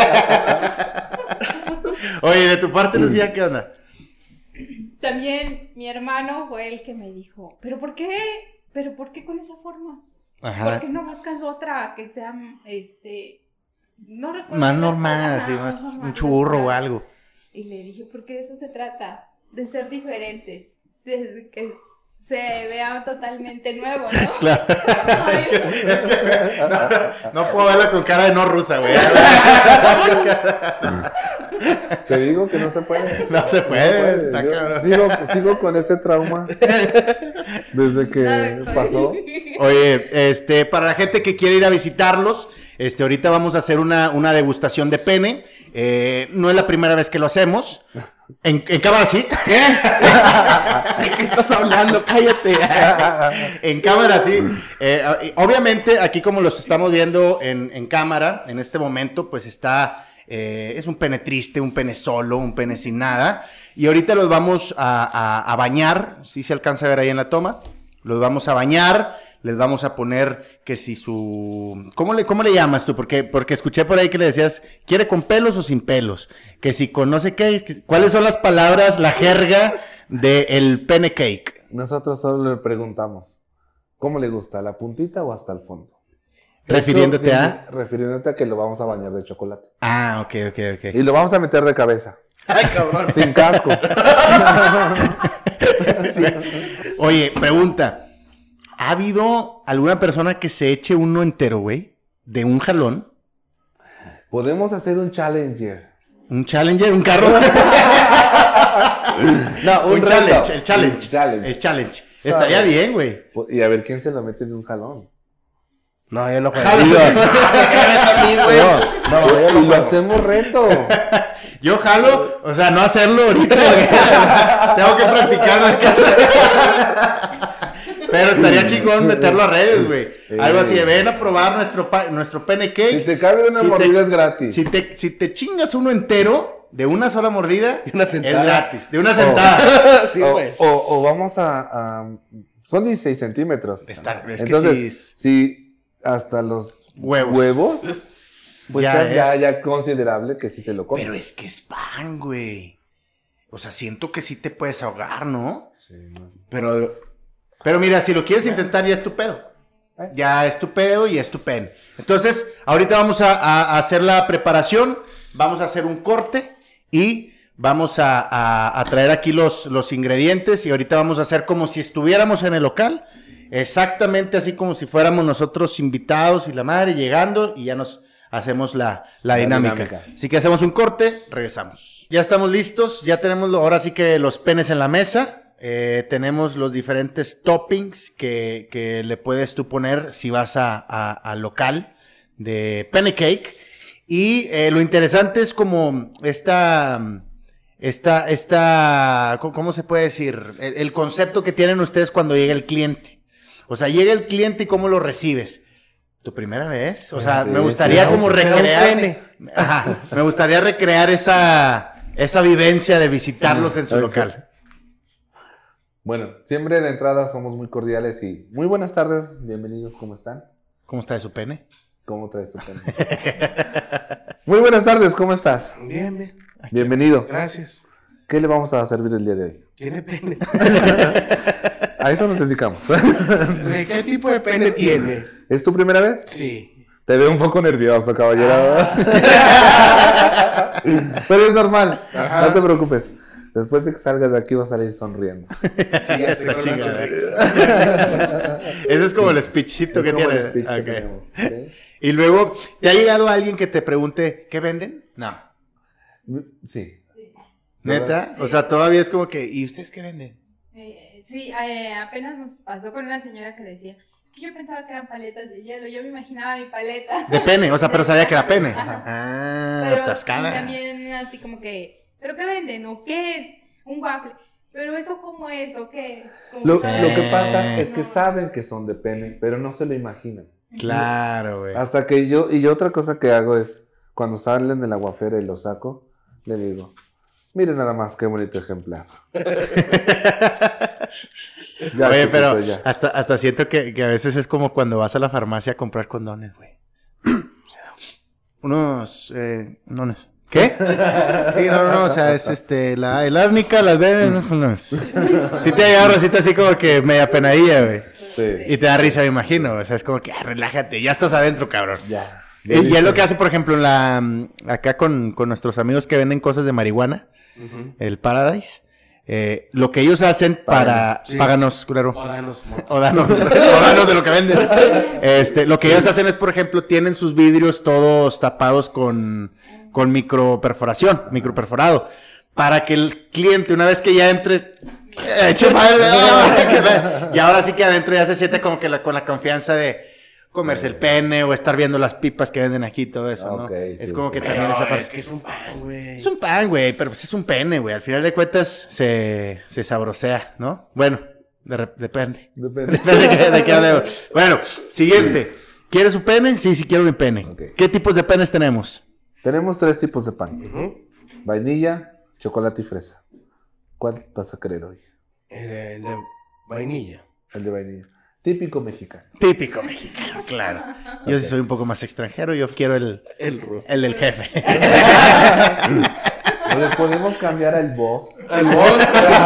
Oye, de tu parte, Lucía, ¿qué onda? También mi hermano fue el que me dijo, ¿pero por qué? ¿Pero por qué con esa forma? ¿Por Ajá. qué no buscas otra que sea, este, no recuerdo? Más las normal, palabras, así, más normal, un las churro o palabras. algo. Y le dije, porque de eso se trata, de ser diferentes, de que se vea totalmente nuevo, ¿no? Claro. Ay, No, no puedo verla con cara de no rusa, güey. Te digo que no se puede. No se puede, está Yo cabrón. sigo, sigo con ese trauma desde que nada, pasó. Oye, este, para la gente que quiere ir a visitarlos, este, ahorita vamos a hacer una, una degustación de pene. Eh, no es la primera vez que lo hacemos. En, en cámara sí. ¿Qué? ¿De qué estás hablando? Cállate. En cámara sí. Eh, obviamente, aquí como los estamos viendo en, en cámara, en este momento, pues está... Eh, es un pene triste, un pene solo, un pene sin nada. Y ahorita los vamos a, a, a bañar. ¿Sí se alcanza a ver ahí en la toma? Los vamos a bañar. Les vamos a poner que si su... ¿Cómo le, cómo le llamas tú? Porque, porque escuché por ahí que le decías, ¿quiere con pelos o sin pelos? Que si con no sé qué... que- ¿Cuáles son las palabras, la jerga del pene cake? Nosotros solo le preguntamos, ¿cómo le gusta? ¿La puntita o hasta el fondo? Refiriéndote Esto, a... sí, refiriéndote a que lo vamos a bañar de chocolate. Ah, ok, ok, ok. Y lo vamos a meter de cabeza, Ay, cabrón. sin casco. Oye, pregunta. ¿Ha habido alguna persona que se eche uno entero, güey? ¿De un jalón? Podemos hacer un challenger. ¿Un challenger? ¿Un carro? No, un reto. challenge, el challenge. Un challenge. El challenge. Estaría bien, güey. Y a ver quién se lo mete de un jalón. No, yo no juego. Jalo. No, no, y lo hacemos reto. Yo jalo, o sea, no hacerlo ahorita. Tengo que practicarlo en casa. Pero estaría chingón meterlo a redes, güey. Algo así de ven a probar nuestro, pa- nuestro pene cake. Si te cabe una Si te- mordida es gratis. Si te, si te chingas uno entero, de una sola mordida, una sentada. es gratis. De una sentada. Sí, o, güey. o- o vamos a, a- Son dieciséis centímetros. Está- es que Entonces, sí es- si hasta los Huevos. huevos, pues Ya ya, ya, es. ya considerable que sí se lo comen. Pero es que es pan, güey. O sea, siento que sí te puedes ahogar, ¿no? Sí, no. Pero Pero mira, si lo quieres intentar, ya es tu pedo. ¿Eh? Ya es tu pedo y es tu pen. Entonces, ahorita vamos a, a- a hacer la preparación, vamos a hacer un corte y vamos a, a- a traer aquí los, los ingredientes y ahorita vamos a hacer como si estuviéramos en el local, exactamente así como si fuéramos nosotros invitados y la madre llegando y ya nos hacemos la, la La dinámica. dinámica. Así que hacemos un corte, regresamos. Ya estamos listos, ya tenemos lo- ahora sí que los penes en la mesa. Eh, tenemos los diferentes toppings que, que le puedes tú poner si vas a, a- al local de pene cake. Y eh, lo interesante es como esta, esta, esta, ¿cómo cómo se puede decir? El, el concepto que tienen ustedes cuando llega el cliente. O sea, llega el cliente y cómo lo recibes. ¿Tu primera vez? O sea, Sí, me gustaría sí, como me da un recrear... pene. Ajá, me gustaría recrear esa, esa vivencia de visitarlos en su Ok. local. Bueno, siempre de entrada somos muy cordiales y muy buenas tardes, bienvenidos, ¿cómo están? ¿Cómo está de su pene? ¿Cómo traes tu pene? Muy buenas tardes, ¿cómo estás? Bien, bien. Bienvenido. Gracias. ¿Qué le vamos a servir el día de hoy? Tiene pene. A eso nos dedicamos. ¿De qué tipo de pene tiene? ¿Es tu primera vez? Sí. Te veo un poco nervioso, caballero. Pero es normal, Ajá. no te preocupes. Después de que salgas de aquí vas a salir sonriendo. Sí, ya estoy con una chingada. sonrisa. Ese es como el speechcito que Es como tiene. el speech que Ok. tenemos, ¿ok? Y luego, ¿te ha llegado alguien que te pregunte, ¿qué venden? No. Sí. ¿Neta? O sea, todavía es como que, ¿y ustedes qué venden? Eh, sí, eh, apenas nos pasó con una señora que decía, es que yo pensaba que eran paletas de hielo, yo me imaginaba mi paleta. De pene, o sea, pero sabía que era pene. Ajá. Ah, Pero atascada. y también así como que, ¿pero qué venden? ¿O qué es? Un waffle. ¿Pero eso cómo es? ¿O qué? Como Lo, que- lo que pasa es que No. saben que son de pene, pero no se lo imaginan. Claro, güey. Hasta que yo, y otra cosa que hago es, cuando salen de la guafera y lo saco, le digo, miren nada más qué bonito ejemplar. Ya, Oye, chiquito, pero ya. hasta, hasta siento que, que a veces es como cuando vas a la farmacia a comprar condones, güey. Unos eh, condones. ¿Qué? Sí, no, no, no, o sea, es este, la, el árnica, las venden unos condones. Sí te agarra así, así como que media penadilla, güey. Sí. Y te da risa, me imagino. O sea, es como que, ah, relájate, ya estás adentro, cabrón. Ya. Y, y es lo que hace, por ejemplo, en la, mm, acá con, con nuestros amigos que venden cosas de marihuana, Ujú. el Paradise. Eh, lo que ellos hacen para... Sí. Páganos, culero. O danos, ¿no? O danos, o danos de lo que venden. Este, lo que ellos hacen es, por ejemplo, tienen sus vidrios todos tapados con, con microperforación, microperforado. Para que el cliente, una vez que ya entre... eh, eche madre, ¡ah! Que va- y ahora sí que adentro ya se siente como que la- con la confianza de comerse el pene o estar viendo las pipas que venden aquí y todo eso, ¿no? Ok, es sí, como que sí. también esa Pero parte... es que es un pan, güey. Es un pan, güey, pero pues es un pene, güey. Al final de cuentas se, se sabrosea, ¿no? Bueno, de re- depende. Depende. Depende de, qué- de qué hablemos. Bueno, siguiente. ¿Quieres un pene? Sí, sí quiero mi pene. Ok. ¿Qué tipos de penes tenemos? Tenemos tres tipos de pan. Ujú. Vainilla, chocolate y fresa. ¿Cuál vas a querer hoy? El, el de vainilla. El de vainilla. Típico mexicano. Típico mexicano, claro. Yo sí soy un poco más extranjero, yo quiero el, El rosa. el del jefe. ¿O le podemos cambiar al boss? El boss.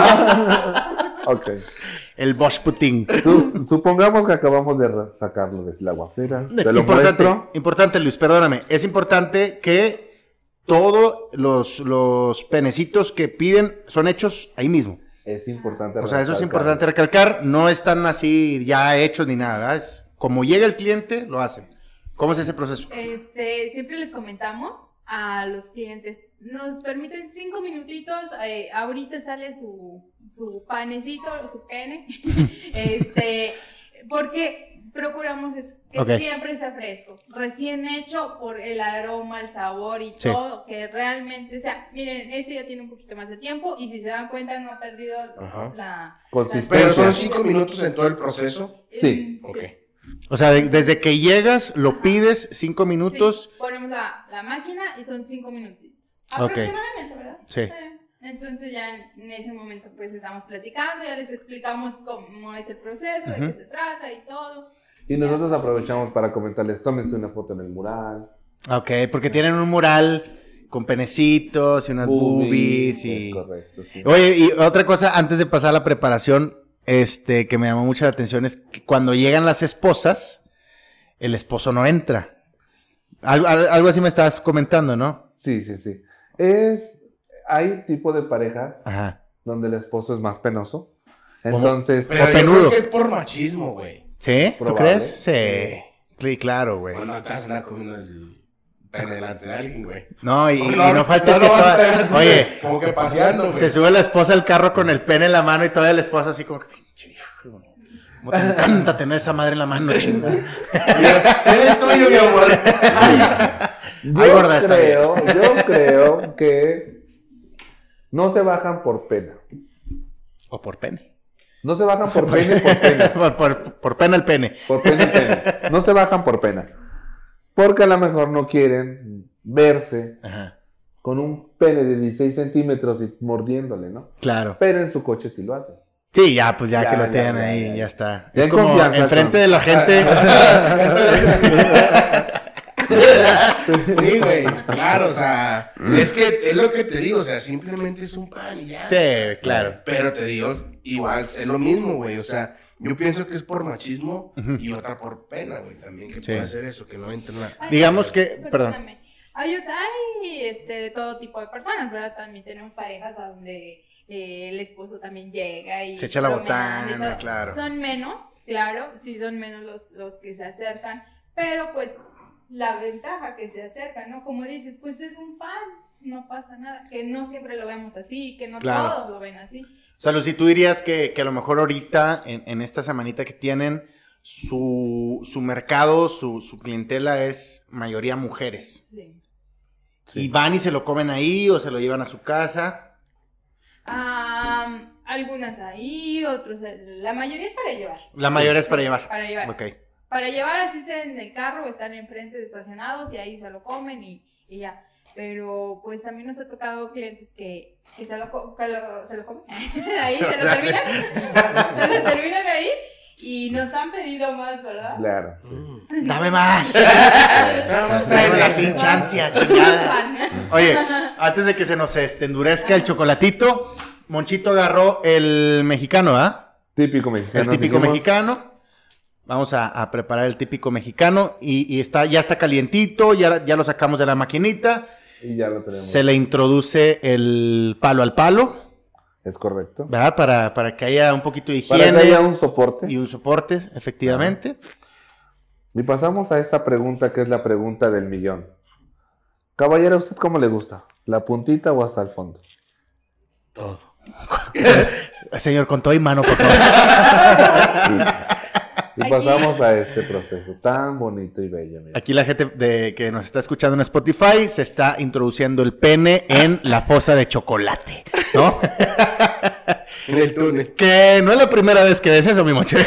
Ok. El Bosch Putin. Su- supongamos que acabamos de ra- sacarlo de la guafera. Te lo Importante, muestro. importante, Luis, perdóname. Es importante que todos los, los penecitos que piden son hechos ahí mismo. Es importante. O sea, eso es recalcar. importante recalcar. No están así ya hechos ni nada, ¿verdad? Es como llega el cliente, lo hacen. ¿Cómo es ese proceso? Este, siempre les comentamos a los clientes, nos permiten cinco minutitos, eh, ahorita sale su, su panecito, su pene, este, porque procuramos eso, que Ok. siempre sea fresco, recién hecho por el aroma, el sabor y Sí. todo, que realmente, o sea, miren, este ya tiene un poquito más de tiempo y si se dan cuenta no ha perdido Ajá. la... Consistencia. Pero son cinco minutos en todo el proceso. Sí. Ok. O sea, de- desde que llegas, lo pides cinco minutos. Sí, ponemos la, la máquina y son cinco minutitos. Ok. Aproximadamente, ¿verdad? Sí. Entonces ya en, en ese momento pues estamos platicando, ya les explicamos cómo es el proceso, de Ujú. qué se trata y todo. Y nosotros aprovechamos para comentarles, tómense una foto en el mural. Ok, porque tienen un mural con penecitos y unas boobies, es y... correcto, sí. Oye, y otra cosa, antes de pasar a la preparación, este, que me llamó mucho la atención es que cuando llegan las esposas, el esposo no entra. Algo, al- algo así me estabas comentando, ¿no? Sí, sí, sí. Es, hay tipo de parejas Ajá. donde el esposo es más penoso. ¿Cómo? Entonces, Pero yo penudo. creo que es por machismo, güey. ¿Sí? ¿Tú Probable. crees? Sí. Sí, claro, güey. Cuando te vas a andar comiendo el pene delante de alguien, güey. No, y, y No, no, falta no que lo vas a toda- tener así, Oye, como que paseando, güey. se sube la esposa al carro con el pene en la mano y todavía el esposo así como que, pinche hijo, cómo te encanta tener esa madre en la mano, chinga. Tiene el tuyo, mi amor. Ay, yo gorda, está creo, yo creo que No se bajan por pena. O por pene. No se bajan por pene, por pena. por, por, por pena el pene. Por pena, pena. No se bajan por pena. Porque a lo mejor no quieren verse Ajá. con un pene de dieciséis centímetros y mordiéndole, ¿no? Claro. Pero en su coche sí lo hacen. Sí, ya, pues ya, Ya, que lo ya, tienen ya, ahí, ya, ya, ya. está. Ya Es en como confianza, enfrente con- de la gente. Sí, güey, claro, o sea, es que es lo que te digo, o sea, simplemente es un pan y ya. Sí, claro. Pero te digo, igual, es lo mismo, güey, o sea, yo pienso que es por machismo y otra por pena, güey, también, que Sí. puede hacer eso, que no entra en la... Ay, Digamos que, perdón. perdóname. Hay, ot- hay este, de todo tipo de personas, ¿verdad? También tenemos parejas a donde eh, el esposo también llega y Se echa la bromeando y botana, todo. claro. Son menos, claro, sí son menos los, los que se acercan, pero pues la ventaja que se acercan, ¿no? Como dices, pues es un pan, no pasa nada, que no siempre lo vemos así, que no Claro. todos lo ven así. O sea, Lucy, tú dirías que, que a lo mejor ahorita, en, en esta semanita que tienen, su, su mercado, su, su clientela es mayoría mujeres. Sí. Y van y se lo comen ahí o se lo llevan a su casa. Am, algunas ahí, otros, la mayoría es para llevar. La mayoría es para llevar. Para llevar. Ok. Para llevar así sea en el carro, están enfrente estacionados y ahí se lo comen y, y ya. Pero pues también nos ha tocado clientes que, que se, lo, co- que lo- se lo comen. Ahí se lo terminan. se lo terminan ahí y nos han pedido más, ¿verdad? Claro. sí. Mm. ¡Dame más! Nada más Traigo la trae- pinche ansia, chingada. Pan. Oye, antes de que se nos este, endurezca el chocolatito, Monchito agarró el mexicano, ¿ah? Típico mexicano. El típico dijimos. mexicano. Vamos a, a preparar el típico mexicano y, y está, ya está calientito, ya, ya lo sacamos de la maquinita. Y ya lo tenemos. Se le introduce el palo al palo, Es correcto. ¿verdad? Para, para que haya un poquito de Para que higiene haya un soporte. y un soporte, efectivamente. Y pasamos a esta pregunta que es la pregunta del millón. Caballero, ¿a usted cómo le gusta? ¿La puntita o hasta el fondo? Todo. Señor, con todo y mano, por favor. Y Aquí- pasamos a este proceso tan bonito y bello. Mira. Aquí la gente de, que nos está escuchando en Spotify se está introduciendo el pene en la fosa de chocolate, ¿no? En el túnel. Que no es la primera vez que ves eso, mi mocho.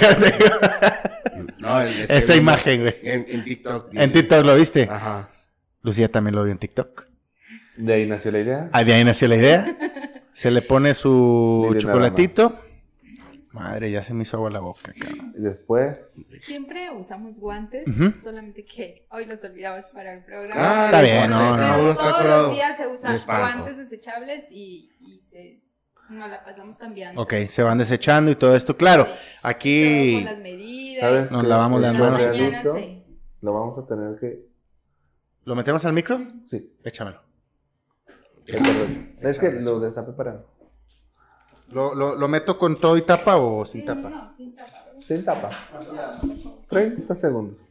No, el- es que Esa vi- imagen, güey. En, en TikTok. vi- En TikTok lo viste. Ajá. Lucía también lo vio en TikTok. De ahí nació la idea. Ah, de ahí nació la idea. Se le pone su Miren nada chocolatito. Madre, ya se me hizo agua la boca, cabrón. Y después, Siempre usamos guantes, Ujú. solamente que hoy los olvidamos para el programa. Ah, Está bien, importa, no, cada no. uno está Todos acordado. los días se usan Me espanto. guantes desechables y, y se, nos la pasamos cambiando. Ok, se van desechando y todo esto. Claro, Sí. aquí Tomamos las medidas. ¿sabes? Nos qué? lavamos las El manos. chorreadito Mañana, sí. Lo vamos a tener que... lo metemos al micro. Sí. Échamelo. el chorreadito. Es que lo destapé para... ¿Lo, lo, lo meto con todo y tapa o sin tapa? No, sin tapa. Sin tapa. treinta segundos.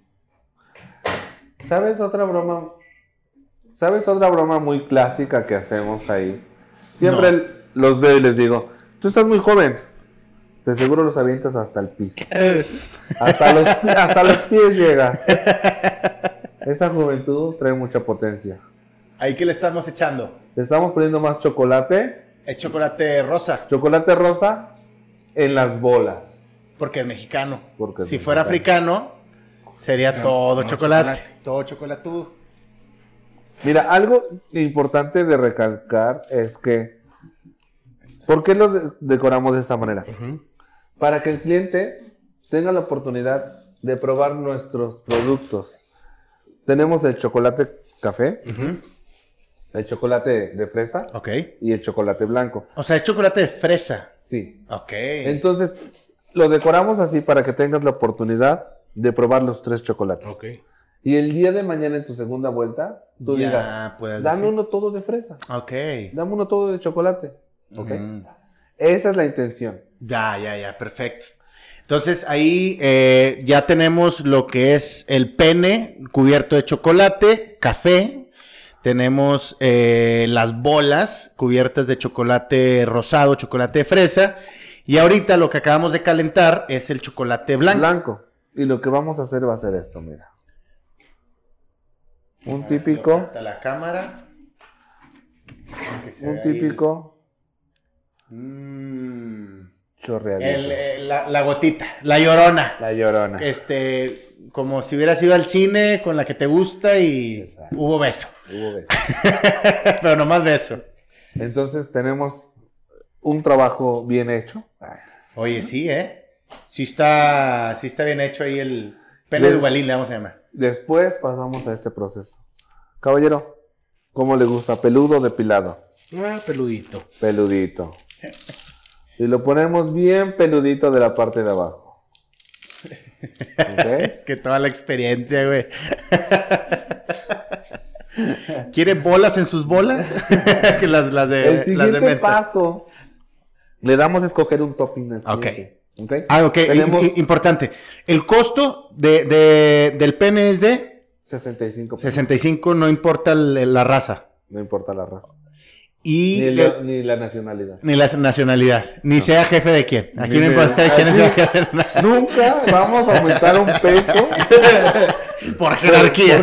¿Sabes otra broma? ¿Sabes otra broma muy clásica que hacemos ahí? Siempre No. el- los veo y les digo, tú estás muy joven. De seguro los avientas hasta el piso. hasta, los, pi- hasta los pies llegas. Esa juventud trae mucha potencia. ¿Ahí qué le estamos echando? Le estamos poniendo más chocolate. El chocolate rosa, Chocolate rosa en las bolas. porque es mexicano. Porque es si fuera mexicano. africano, sería No, todo no, chocolate. chocolate. Todo chocolatudo. Mira, algo importante de recalcar es que, ¿por qué lo de- decoramos de esta manera? Ujú. Para que el cliente tenga la oportunidad de probar nuestros productos. Tenemos el chocolate café, Ujú. el chocolate de fresa Ok. y el chocolate blanco. O sea, es chocolate de fresa. Sí. Ok. Entonces, lo decoramos así para que tengas la oportunidad de probar los tres chocolates. Ok. Y el día de mañana en tu segunda vuelta, tú Ya digas, puedes dame decir. uno todo de fresa, Ok. dame uno todo de chocolate. ¿Ok? Mm. Esa es la intención. Ya, ya, ya, perfecto. Entonces ahí eh, ya tenemos lo que es el pene cubierto de chocolate, café. Tenemos eh, las bolas cubiertas de chocolate rosado, chocolate de fresa. Y ahorita lo que acabamos de calentar es el chocolate blanco. Blanco. Y lo que vamos a hacer va a ser esto, mira. Un A ver si lo típico, capta la cámara. Que se un vea ahí. típico Mm. Chorreadito. El, el- la, la gotita, la llorona. La llorona. Este, como si hubieras ido al cine con la que te gusta y Exacto. hubo beso. Hubo beso. Pero nomás beso. Entonces tenemos un trabajo bien hecho. Ay, Oye, sí, ¿eh? Sí está, sí está bien hecho ahí el pene de Ubalín, le vamos a llamar. Después pasamos a este proceso. Caballero, ¿cómo le gusta? ¿Peludo o depilado? Ah, peludito. Peludito. Y lo ponemos bien peludito de la parte de abajo. ¿Ok? Es que toda la experiencia, güey. ¿Quiere bolas en sus bolas? Que las, las de, El las de siguiente menta. paso, le damos a escoger un topping al Ok. cliente. ¿Ok? Ah, ok, Tenemos I- i- importante. El costo de, de- del pene es de sesenta y cinco pesos. sesenta y cinco, no importa el- la raza. No importa la raza. Y Ni, le- la, ni la nacionalidad. ni la nacionalidad, ni sea jefe de quién. Aquí Ni no de- importa de quién aquí- sea jefe. Nunca vamos a aumentar un peso Por jerarquía.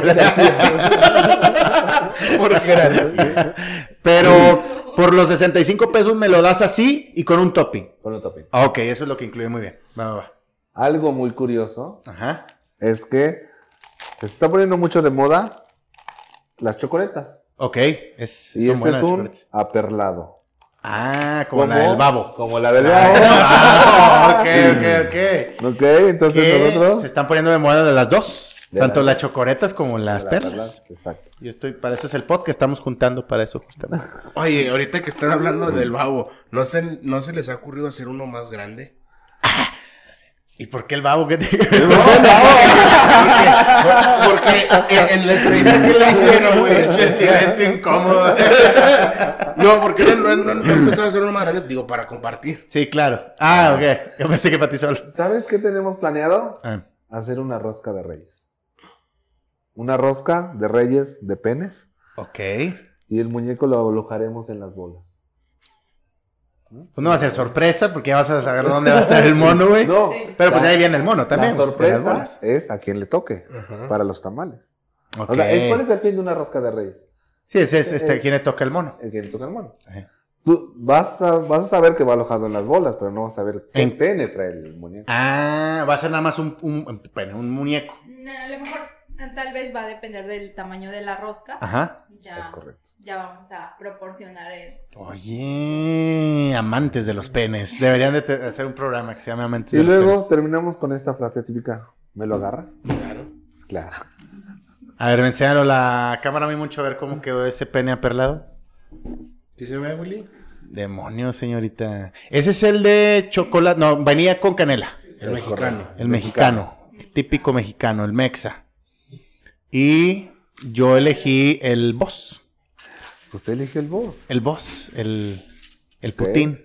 Por jerarquía. Pero por los sesenta y cinco pesos me lo das así y con un topping. con un topping. Ah, ok, eso es lo que incluye muy bien. Va, va, va. Algo muy curioso Ajá. es que se está poniendo mucho de moda las chocoletas. Ok, es, Y son este buenas es un chocolates. aperlado. Ah, como la del babo. Como la del babo. Ah, ok, ok, ok. Ok, entonces Que nosotros... se están poniendo de moda de las dos. De Tanto las las dos. chocoretas como las la perlas. perla, Exacto. Yo estoy, para eso es el podcast, estamos juntando para eso justamente. Oye, ahorita que están hablando del babo, ¿no se, ¿no se les ha ocurrido hacer uno más grande? ¿Y por qué el babo? ¿Qué te... Porque en, en la entrevista que le hicieron, güey, Ese silencio incómodo. no, porque él no, no, no empezó a hacer uno más grande, digo, para compartir. Sí, claro. Ah, ok. Yo pensé que para ti solo. ¿Sabes qué tenemos planeado? Ah, Hacer una rosca de reyes. Una rosca de reyes de penes. ok. Y el muñeco lo alojaremos en las bolas. Pues no va a ser sorpresa porque ya vas a saber dónde va a estar el mono, güey. No. Sí. Pero pues la- ahí viene el mono también. La de las sorpresa bolas. es a quien le toque. Ajá. Para los tamales. Ok. O sea, ¿cuál es el fin de una rosca de reyes? Sí, ese es este, Eh, quién le toca el mono. El que le toca el mono. Ajá. Tú vas a, vas a saber que va alojado en las bolas, pero no vas a saber qué En- pene trae el muñeco. Ah, va a ser nada más un, un, bueno, un muñeco. No, a lo mejor eh, tal vez va a depender del tamaño de la rosca. Ajá. Ya, Es correcto. ya vamos a proporcionar el... Oye, amantes de los penes. Deberían de te- hacer un programa que se llame Amantes Y de los luego penes. terminamos con esta frase típica. ¿Me lo agarra? Claro. Claro. A ver, me enseñaron la cámara a mí mucho a ver cómo quedó ese pene aperlado. ¿Sí se ve, Willy? Demonios, señorita. Ese es el de chocolate. No, venía con canela. El Es mexicano. correcto. El mexicano. Típico mexicano, el mexa. Y yo elegí el boss. Usted eligió el boss. El boss. El, el Ok. putín.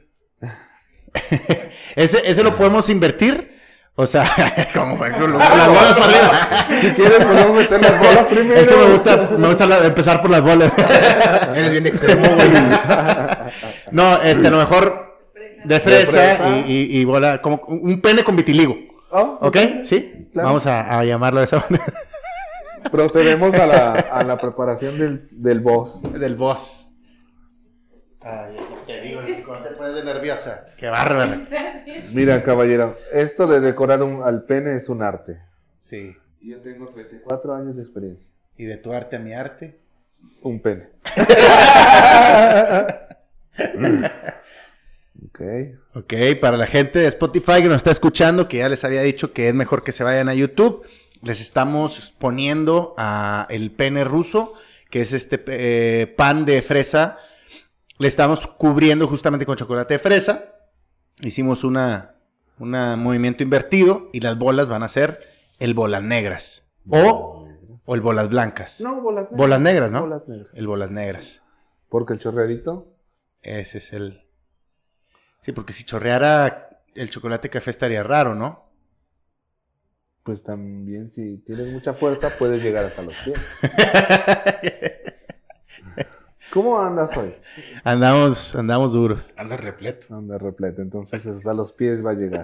ese, ese lo podemos invertir. O sea, como por ejemplo, las bolas para arriba. Si quieres, podemos meter las bolas primero. Es que me gusta, me gusta la- empezar por las bolas. Eres bien extremo, güey. No, este, a lo mejor de fresa, fresa. Y, y- y bola, como un pene con vitiligo. Oh, ¿Ok? ¿Sí? Claro. Vamos a, a llamarlo de esa manera. Procedemos a la, a la preparación del, del boss. Del boss. Ay, te digo, si cuando te pones de nerviosa. Qué bárbaro. Mira, caballero, esto de decorar un- al pene es un arte. Sí. Yo tengo treinta y cuatro años de experiencia. Y de tu arte a mi arte. Un pene. Ok. Ok, para la gente de Spotify que nos está escuchando, que ya les había dicho que es mejor que se vayan a YouTube, les estamos poniendo a el pene ruso, que es este eh, pan de fresa. Le estamos cubriendo justamente con chocolate de fresa. Hicimos una, una movimiento invertido y las bolas van a ser el bolas negras o, o el bolas blancas. No, bolas negras. Bolas negras, ¿no? Bolas negras. El bolas negras. Porque el chorreadito. Ese es el... Sí, porque si chorreara el chocolate café estaría raro, ¿no? Pues también, si tienes mucha fuerza, puedes llegar hasta los pies. ¿Cómo andas hoy? Andamos, andamos duros. Anda repleto. Anda repleto, entonces hasta los pies va a llegar.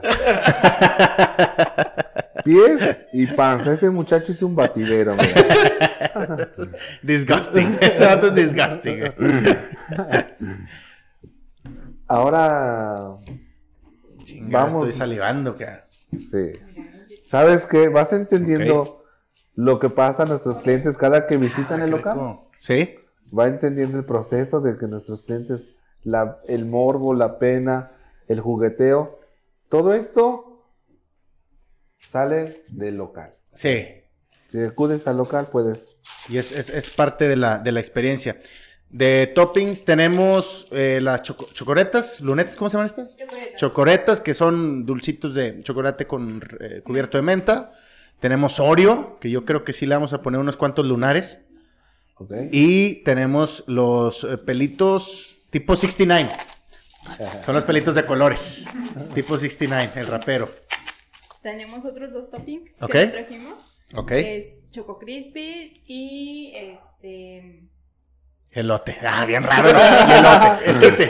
Pies y panza. Ese muchacho es un batidero, mira. Disgusting. Ese vato es disgusting. güey. ahora Chingada, vamos. estoy salivando, cara. Sí. ¿Sabes qué? Vas entendiendo okay. lo que pasa a nuestros clientes cada que visitan ah, el local. Rico. Sí. Va entendiendo el proceso de que nuestros clientes, la, el morbo, la pena, el jugueteo, todo esto sale del local. Sí. Si acudes al local, puedes. Y es, es, es parte de la, de la experiencia. De toppings tenemos eh, las choco chocoretas, lunetas, ¿cómo se llaman estas? Chocoretas. Chocoretas, que son dulcitos de chocolate con eh, cubierto de menta. Tenemos Oreo, que yo creo que sí le vamos a poner unos cuantos lunares. Okay. Y tenemos los eh, pelitos tipo sesenta y nueve. Son los pelitos de colores. Tipo sesenta y nueve, el rapero. Tenemos otros dos toppings que okay. nos trajimos. Ok. Es Choco Crispy y este... Elote. Ah, bien raro, ¿no? Y elote. Esquite.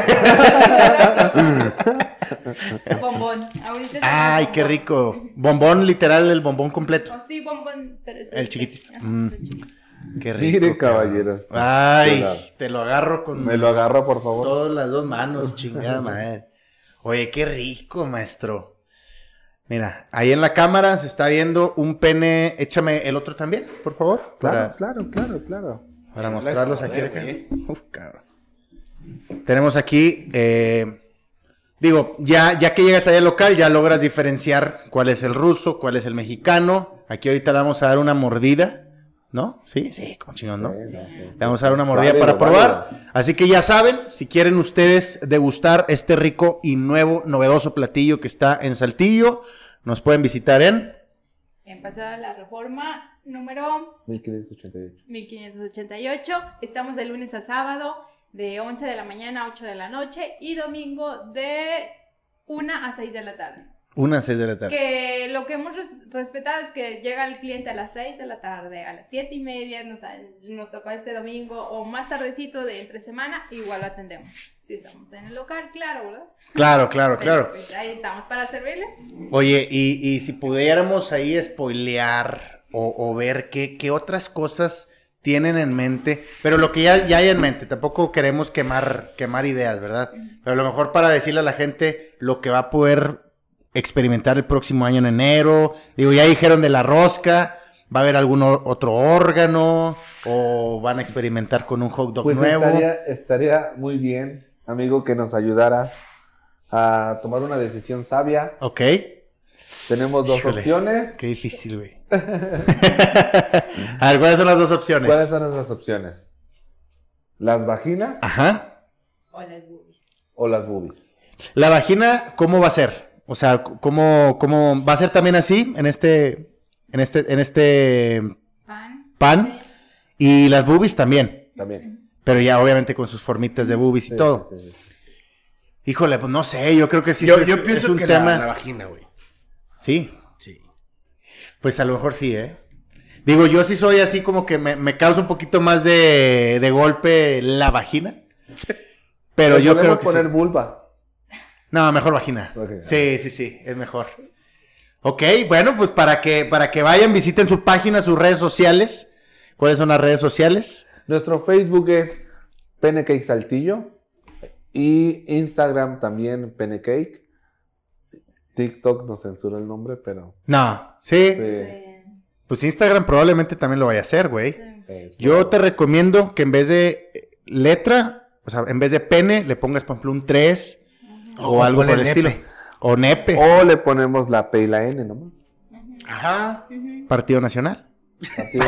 Bombón. Ahorita Ay, bombón. qué rico. Bombón, literal, el bombón completo. Oh, sí, bombón, pero es el chiquitito. Ajá, Mm. el chiquito. Qué rico. Mire, caballeros. Ay, te lo agarro con... Me lo agarro, por favor. Todas las dos manos, chingada madre. Oye, qué rico, maestro. Mira, ahí en la cámara se está viendo un pene. Échame el otro también, por favor. Claro, Para, claro, claro, claro. para mostrarlos aquí. acá. Uf, cabrón. Tenemos aquí, eh, digo, ya, ya que llegas allá al local, ya logras diferenciar cuál es el ruso, cuál es el mexicano. Aquí ahorita le vamos a dar una mordida. ¿No? Sí, sí, como chingón, ¿no? Sí, sí, sí. Le vamos a dar una mordida Válido, para probar. válido. Así que ya saben, si quieren ustedes degustar este rico y nuevo, novedoso platillo que está en Saltillo, nos pueden visitar en... En Paseo de la Reforma, número mil quinientos ochenta y ocho. mil quinientos ochenta y ocho. Estamos de lunes a sábado, de once de la mañana a ocho de la noche, y domingo de una a seis de la tarde. Una a seis de la tarde. Que lo que hemos res respetado es que llega el cliente a las seis de la tarde, a las siete y media, nos, nos tocó este domingo, o más tardecito de entre semana, igual lo atendemos. Si estamos en el local, claro, ¿verdad? Claro, claro, Pero, claro. pues ahí estamos para servirles. Oye, y, y si pudiéramos ahí spoilear o, o ver qué, qué otras cosas tienen en mente, pero lo que ya, ya hay en mente, tampoco queremos quemar, quemar ideas, ¿verdad? Pero a lo mejor para decirle a la gente lo que va a poder experimentar el próximo año en enero. Digo, ya dijeron de la rosca, ¿va a haber algún otro órgano? ¿O van a experimentar con un hot dog Pues nuevo? estaría, estaría muy bien, amigo, que nos ayudaras a tomar una decisión sabia. Ok. Tenemos dos Híjole, opciones. Qué difícil, güey. A ver, ¿cuáles son las dos opciones? ¿Cuáles son nuestras opciones? ¿Las vaginas Ajá. O las boobies. o las boobies? La vagina, ¿cómo va a ser? O sea, ¿cómo, cómo va a ser también así en este, en este, en este Pan. pan? Sí. Y las boobies también. También. Pero ya obviamente con sus formitas de boobies y Sí, todo. sí, sí, sí. Híjole, pues no sé, yo creo que sí yo, es, yo es pienso un que tema. la, la vagina, güey. Sí, Sí. pues a lo mejor sí, ¿eh? Digo, yo sí soy así como que me, me causa un poquito más de, de golpe la vagina. Pero Le yo podemos creo que poner sí. vulva. No, mejor vagina. Ok. Sí, sí, sí, es mejor. Ok, bueno, pues para que, para que vayan, visiten su página, sus redes sociales. ¿Cuáles son las redes sociales? Nuestro Facebook es Penecake Saltillo. Y Instagram también Penecake. TikTok nos censura el nombre, pero... No, sí. sí, Sí. Pues Instagram probablemente también lo vaya a hacer, güey. Sí. es Yo bueno. te recomiendo que en vez de letra, o sea, en vez de pene, le pongas, por ejemplo, un tres o, O algo por ponle el estilo. nepe. O nepe. O le ponemos la P y la N nomás. Ajá. Ujú. Partido Nacional. Partido-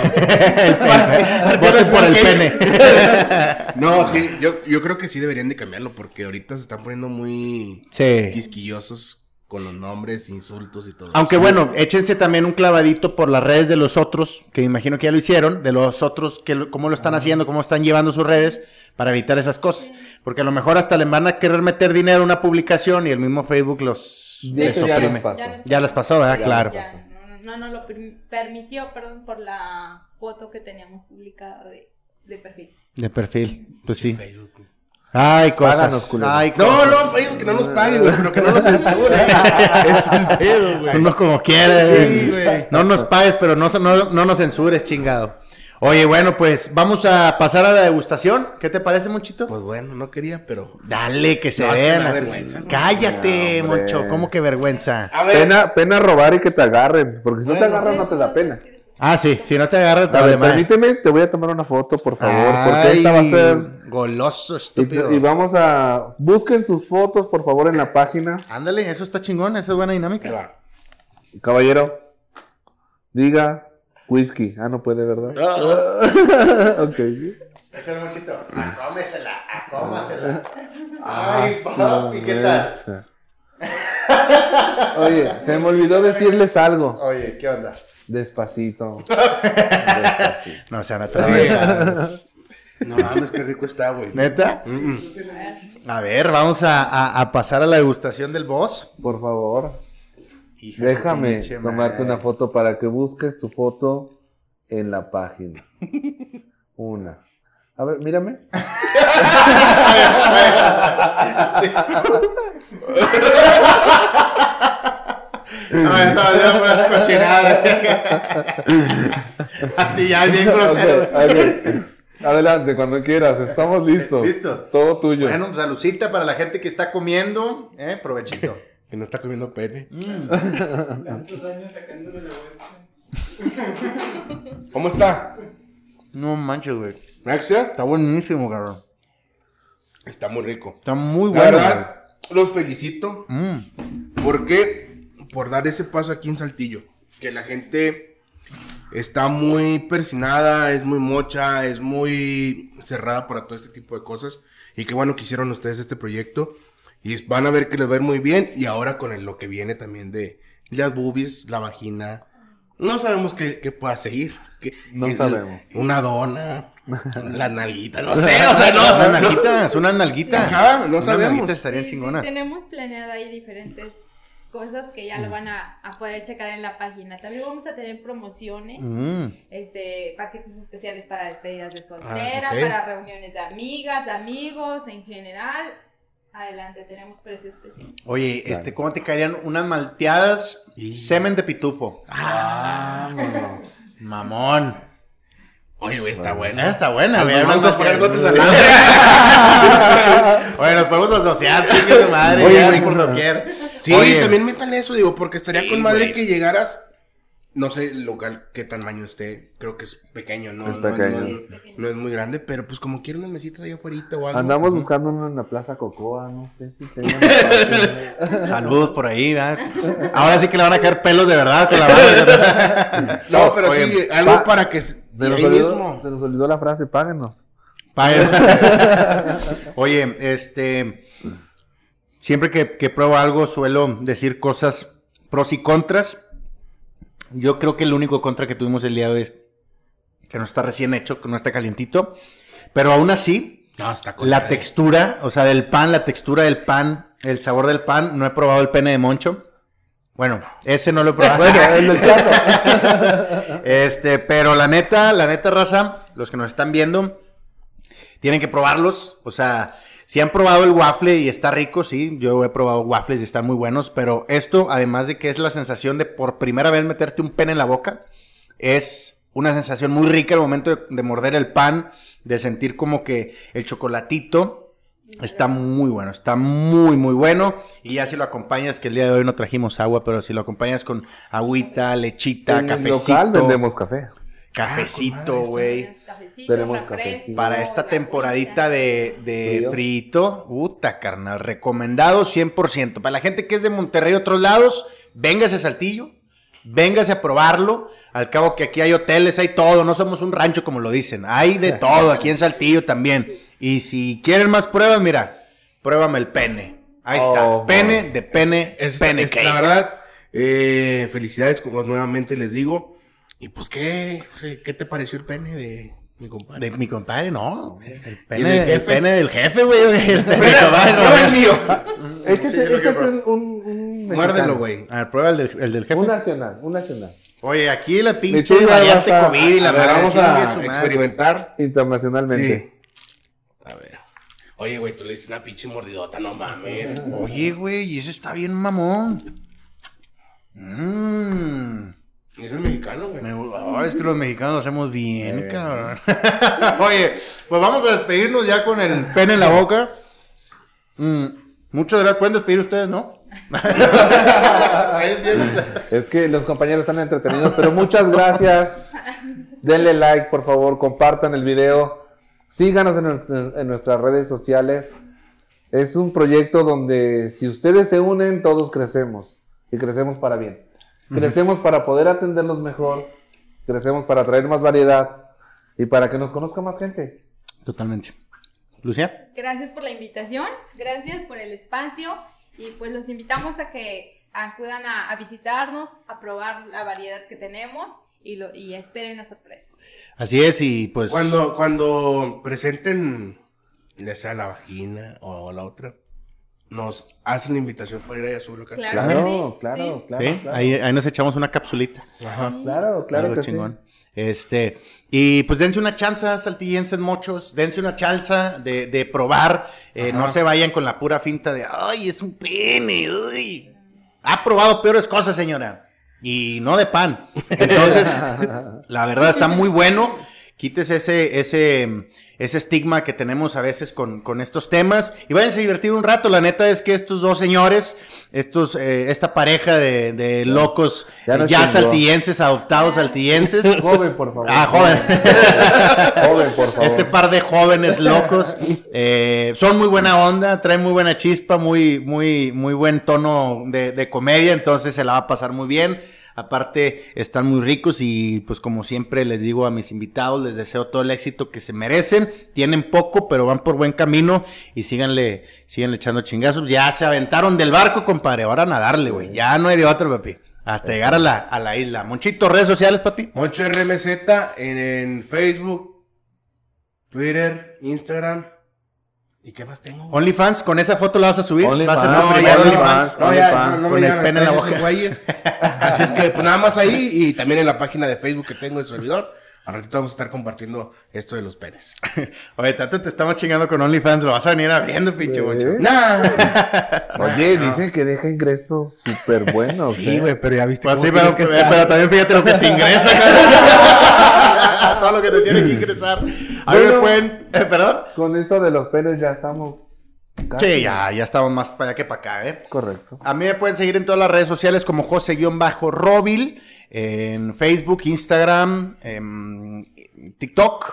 Voten por el pene. No, sí, yo, yo creo que sí deberían de cambiarlo porque ahorita se están poniendo muy Sí. quisquillosos con los nombres, insultos y todo. Aunque eso. bueno, échense también un clavadito por las redes de los otros, que me imagino que ya lo hicieron, de los otros, que lo- cómo lo están haciendo, cómo están llevando sus redes, para evitar esas cosas. Porque a lo mejor hasta les van a querer meter dinero a una publicación y el mismo Facebook los De les hecho, ya oprime. nos pasó. Ya nos Ya les pasó, ¿verdad? Ya Claro. Ya, no, no, no lo per- permitió, perdón, por la foto que teníamos publicada de, de perfil. De perfil, pues sí. Facebook. Ay, cosas. Páganos, culero. Ay, No, cosas. no, Facebook, que no nos paguen, güey, pero que no nos censuren. Es el pedo, güey. Uno como quiera, Sí, güey. güey. No nos pagues, pero no, no, no nos censures, chingado. Oye, bueno, pues vamos a pasar a la degustación. ¿Qué te parece, Monchito? Pues bueno, no quería, pero... Dale, que se No, es que vean. me da a- vergüenza, ¿no? Cállate, No, hombre. Moncho. ¿Cómo que vergüenza? A ver, Pena, pena robar y que te agarren, porque si no te Bueno. agarran no te da pena. Ah, sí. Si no te agarras, te A vale ver, madre. permíteme, te voy a tomar una foto, por favor, porque Ay, esta va a ser... goloso, Y, estúpido. y vamos a... Busquen sus fotos, por favor, en la página. Ándale, eso está chingón. Esa es buena ahí dinámica. va. Caballero, diga whisky. Ah, no puede, ¿verdad? Ok. Échale, Monchito. Acómesela, acómasela. Ah, Ay, papi, ¿qué tal? mecha. Oye, se me olvidó decirles algo. Oye, ¿qué onda? Despacito. Despacito. No, o sea, no te la veas. No mames, qué rico está, güey. ¿Neta? Mm, mm. A ver, vamos a, a- a pasar a la degustación del boss. Por favor, Hija de su déjame pinche tomarte madre. una foto para que busques tu foto en la página. Una. A ver, mírame. Ay, no, no, unas cochinadas. Así ya, bien grosero. Ok, ok. Adelante, cuando quieras. Estamos listos. ¿Listos? Todo tuyo. Bueno, pues saludcita para la gente que está comiendo. Eh, provechito. Que no está comiendo pene. ¿Cómo está? No manches, güey. ¿Maxia? Está buenísimo, cabrón. Está muy rico. Está muy La bueno. verdad, los felicito. güey. Mm. ¿Por qué? Por dar ese paso aquí en Saltillo. Que la gente está muy persinada, es muy mocha, es muy cerrada para todo este tipo de cosas. Y qué bueno que hicieron ustedes este proyecto. Y van a ver que les va a ir muy bien. Y ahora con el- lo que viene también de las boobies, la vagina. No sabemos qué, qué pueda seguir. qué- No qué- sabemos. Una dona, la nalguita, no sé. O sea, no. Unas nalguitas, unas nalguitas. Ajá, no Unas sabemos. nalguitas estarían Sí, sí, chingonas. tenemos planeado ahí diferentes cosas que ya lo van a, a poder checar en la página. También vamos a tener promociones, Mm. este, paquetes especiales para despedidas de soltera, Ah, ok. para reuniones de amigas, amigos, en general. Adelante, tenemos precio especial. Oye, este, ¿cómo te caerían unas malteadas y semen de pitufo? Vámonos. Mamón. Oye, güey, está Esa buena. está buena, Nos güey. vamos unas a poner malteadas. gotas al Oye, nos podemos asociar, chingue tu madre, Oye, ya güey, por no. doquier. Sí, Oye, también métanle eso, digo, porque estaría Sí, con madre güey. que llegaras. No sé el local qué tamaño esté. Creo que es pequeño, ¿no? Es no, pequeño. no, no, no es muy grande, pero pues como quieren unas mesitas ahí afuera o algo. Andamos Ujú. buscando uno en la Plaza Cocoa, no sé si tengan espacio. saludos por ahí, ¿verdad? Ahora sí que le van a caer pelos de verdad con la banda. No, pero Oye, sí, algo pa- para que... Se y nos, ahí olvidó, mismo. se nos olvidó la frase, páguenos. Paguen. Oye, este. Siempre que, que pruebo algo, suelo decir cosas pros y contras. Yo creo que el único contra que tuvimos el día de hoy es que no está recién hecho, que no está calientito. Pero aún así, No, está con la madre. textura, o sea, del pan, la textura del pan, el sabor del pan. No he probado el pene de Moncho. Bueno, ese no lo he probado. Bueno, el del plato. Este, pero la neta, la neta, raza, los que nos están viendo, tienen que probarlos. O sea, si han probado el waffle y está rico, sí, yo he probado waffles y están muy buenos, pero esto, además de que es la sensación de por primera vez meterte un pene en la boca, es una sensación muy rica al momento de, de morder el pan, de sentir como que el chocolatito está muy bueno, está muy, muy bueno. Y ya si lo acompañas, que el día de hoy no trajimos agua, pero si lo acompañas con agüita, lechita, En el cafecito. local vendemos café. Cafecito, güey. Cafecitos, Tenemos refrescos, cafecito. Para esta la temporadita de, de Frío. frito, puta carnal, recomendado cien por ciento. Para la gente que es de Monterrey y otros lados, véngase a Saltillo, véngase a probarlo. Al cabo que aquí hay hoteles, hay todo, no somos un rancho como lo dicen. Hay de todo aquí en Saltillo también. Y si quieren más pruebas, mira, pruébame el pene. Ahí está, Oh, pene de pene, Es, pene es- cake. la verdad, eh, felicidades, como nuevamente les digo. Y pues, ¿qué? O sea, ¿qué te pareció el pene de mi compadre? De mi compadre, no. El ¿Y el pene, del el jefe? pene del jefe, güey. El de mi compadre, no, No, güey. el mío. Échate, Sí, lo que échate pruebo. un, un, un Muérdelo, mexicano. güey. A ver, prueba el del, el del jefe. Un nacional, un nacional. Oye, aquí la Y pinche tú ya variante vas a- COVID y la A ver, madre, vamos chingue a su madre. experimentar. Internacionalmente. Sí. A ver. Oye, güey, tú le diste una pinche mordidota, no mames. Oye, güey, y eso está bien mamón. Mmm. Es el mexicano, güey. Me- oh, es que los mexicanos lo hacemos bien, cabrón. Oye, pues vamos a despedirnos ya con el pene en la boca. Mm, muchas gracias. Pueden despedir ustedes, ¿no? Ahí es bien. Es que los compañeros están entretenidos, pero muchas gracias. Denle like, por favor, compartan el video. Síganos en, nuestro- en nuestras redes sociales. Es un proyecto donde si ustedes se unen, todos crecemos. Y crecemos para bien. Crecemos para poder atenderlos mejor. Crecemos para traer más variedad. Y para que nos conozca más gente. Totalmente. Lucia. Gracias por la invitación, gracias por el espacio y pues los invitamos a que acudan a, a visitarnos, a probar la variedad que tenemos y, lo, y esperen las sorpresas. Así es, y pues. Cuando, cuando presenten, ya sea la vagina o la otra, nos hacen la invitación para ir ahí a su local. Claro. Claro, que sí, claro, sí. claro, Sí, claro. Ahí, ahí nos echamos una capsulita. Ajá. Claro, claro Algo que chingón. sí. Este, y pues dense una chanza, saltillenses mochos, dense una chanza de, de probar, eh, Ajá. no se vayan con la pura finta de, ay, es un pene, uy. Ha probado peores cosas, señora, y no de pan. Entonces, la verdad está muy bueno. Quítese ese, ese, ese estigma que tenemos a veces con, con estos temas y váyanse a divertir un rato. La neta es que estos dos señores, estos, eh, esta pareja de, de locos Ya ya, nos ya chingó. saltillenses, adoptados saltillenses. Joven, por favor. Ah, joven. Joven, por favor. Este par de jóvenes locos eh, son muy buena onda, traen muy buena chispa, muy, muy, muy buen tono de, de comedia, entonces se la va a pasar muy bien. Aparte, están muy ricos y pues como siempre les digo a mis invitados, les deseo todo el éxito que se merecen. Tienen poco, pero van por buen camino y síganle, síganle echando chingazos. Ya se aventaron del barco, compadre, ahora a nadarle, güey. Ya no hay de otro, papi. Hasta llegar a la, a la isla. Monchito, redes sociales, papi. Moncho R M Z en, en Facebook, Twitter, Instagram. ¿Y qué más tengo? OnlyFans, con esa foto la vas a subir. OnlyFans, Vas a ser No, tu ya, primer no, OnlyFans. no, ya, no, no me Con el llegan pene en la a boca. esos güeyes. Así es que, pues nada más ahí y también en la página de Facebook que tengo el servidor. Al ratito vamos a estar compartiendo esto de los penes. Oye, tanto te estamos chingando con OnlyFans, lo vas a venir abriendo, pinche Sí. Moncho. ¡Nah! Oye, dicen que deja ingresos súper buenos. Sí, ¿eh? güey, pero ya viste Pues cómo sí, pero, tienes que eh, estar. pero también fíjate lo que te ingresa, cabrón. Todo lo que te tiene que ingresar. A mí me Bueno. pueden... eh, ¿Perdón? Con esto de los penes ya estamos. casi. Sí, ya, ya estamos más para allá que para acá, ¿eh? Correcto. A mí me pueden seguir en todas las redes sociales como José-Robil, en Facebook, Instagram, en TikTok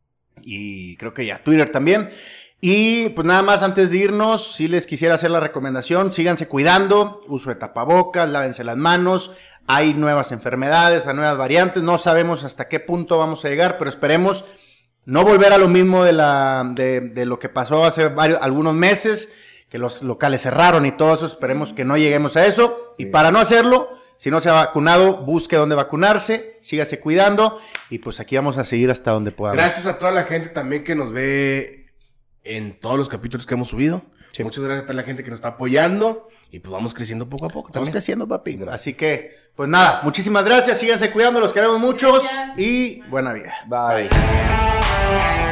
y creo que ya Twitter también. Y pues nada más antes de irnos, si les quisiera hacer la recomendación, síganse cuidando, uso de tapabocas, lávense las manos. Hay nuevas enfermedades, hay nuevas variantes, no sabemos hasta qué punto vamos a llegar, pero esperemos no volver a lo mismo de, la, de, de lo que pasó hace varios, algunos meses, que los locales cerraron y todo eso. Esperemos que no lleguemos a eso. Y para no hacerlo, si no se ha vacunado, busque dónde vacunarse, sígase cuidando y pues aquí vamos a seguir hasta donde podamos. Gracias a toda la gente también que nos ve en todos los capítulos que hemos subido. Sí. Muchas gracias a toda la gente que nos está apoyando y pues vamos creciendo poco a poco Estamos también. creciendo, papi. Así que, pues nada, muchísimas gracias, síganse cuidando, los queremos muchos Gracias. y buena vida. Bye. Bye.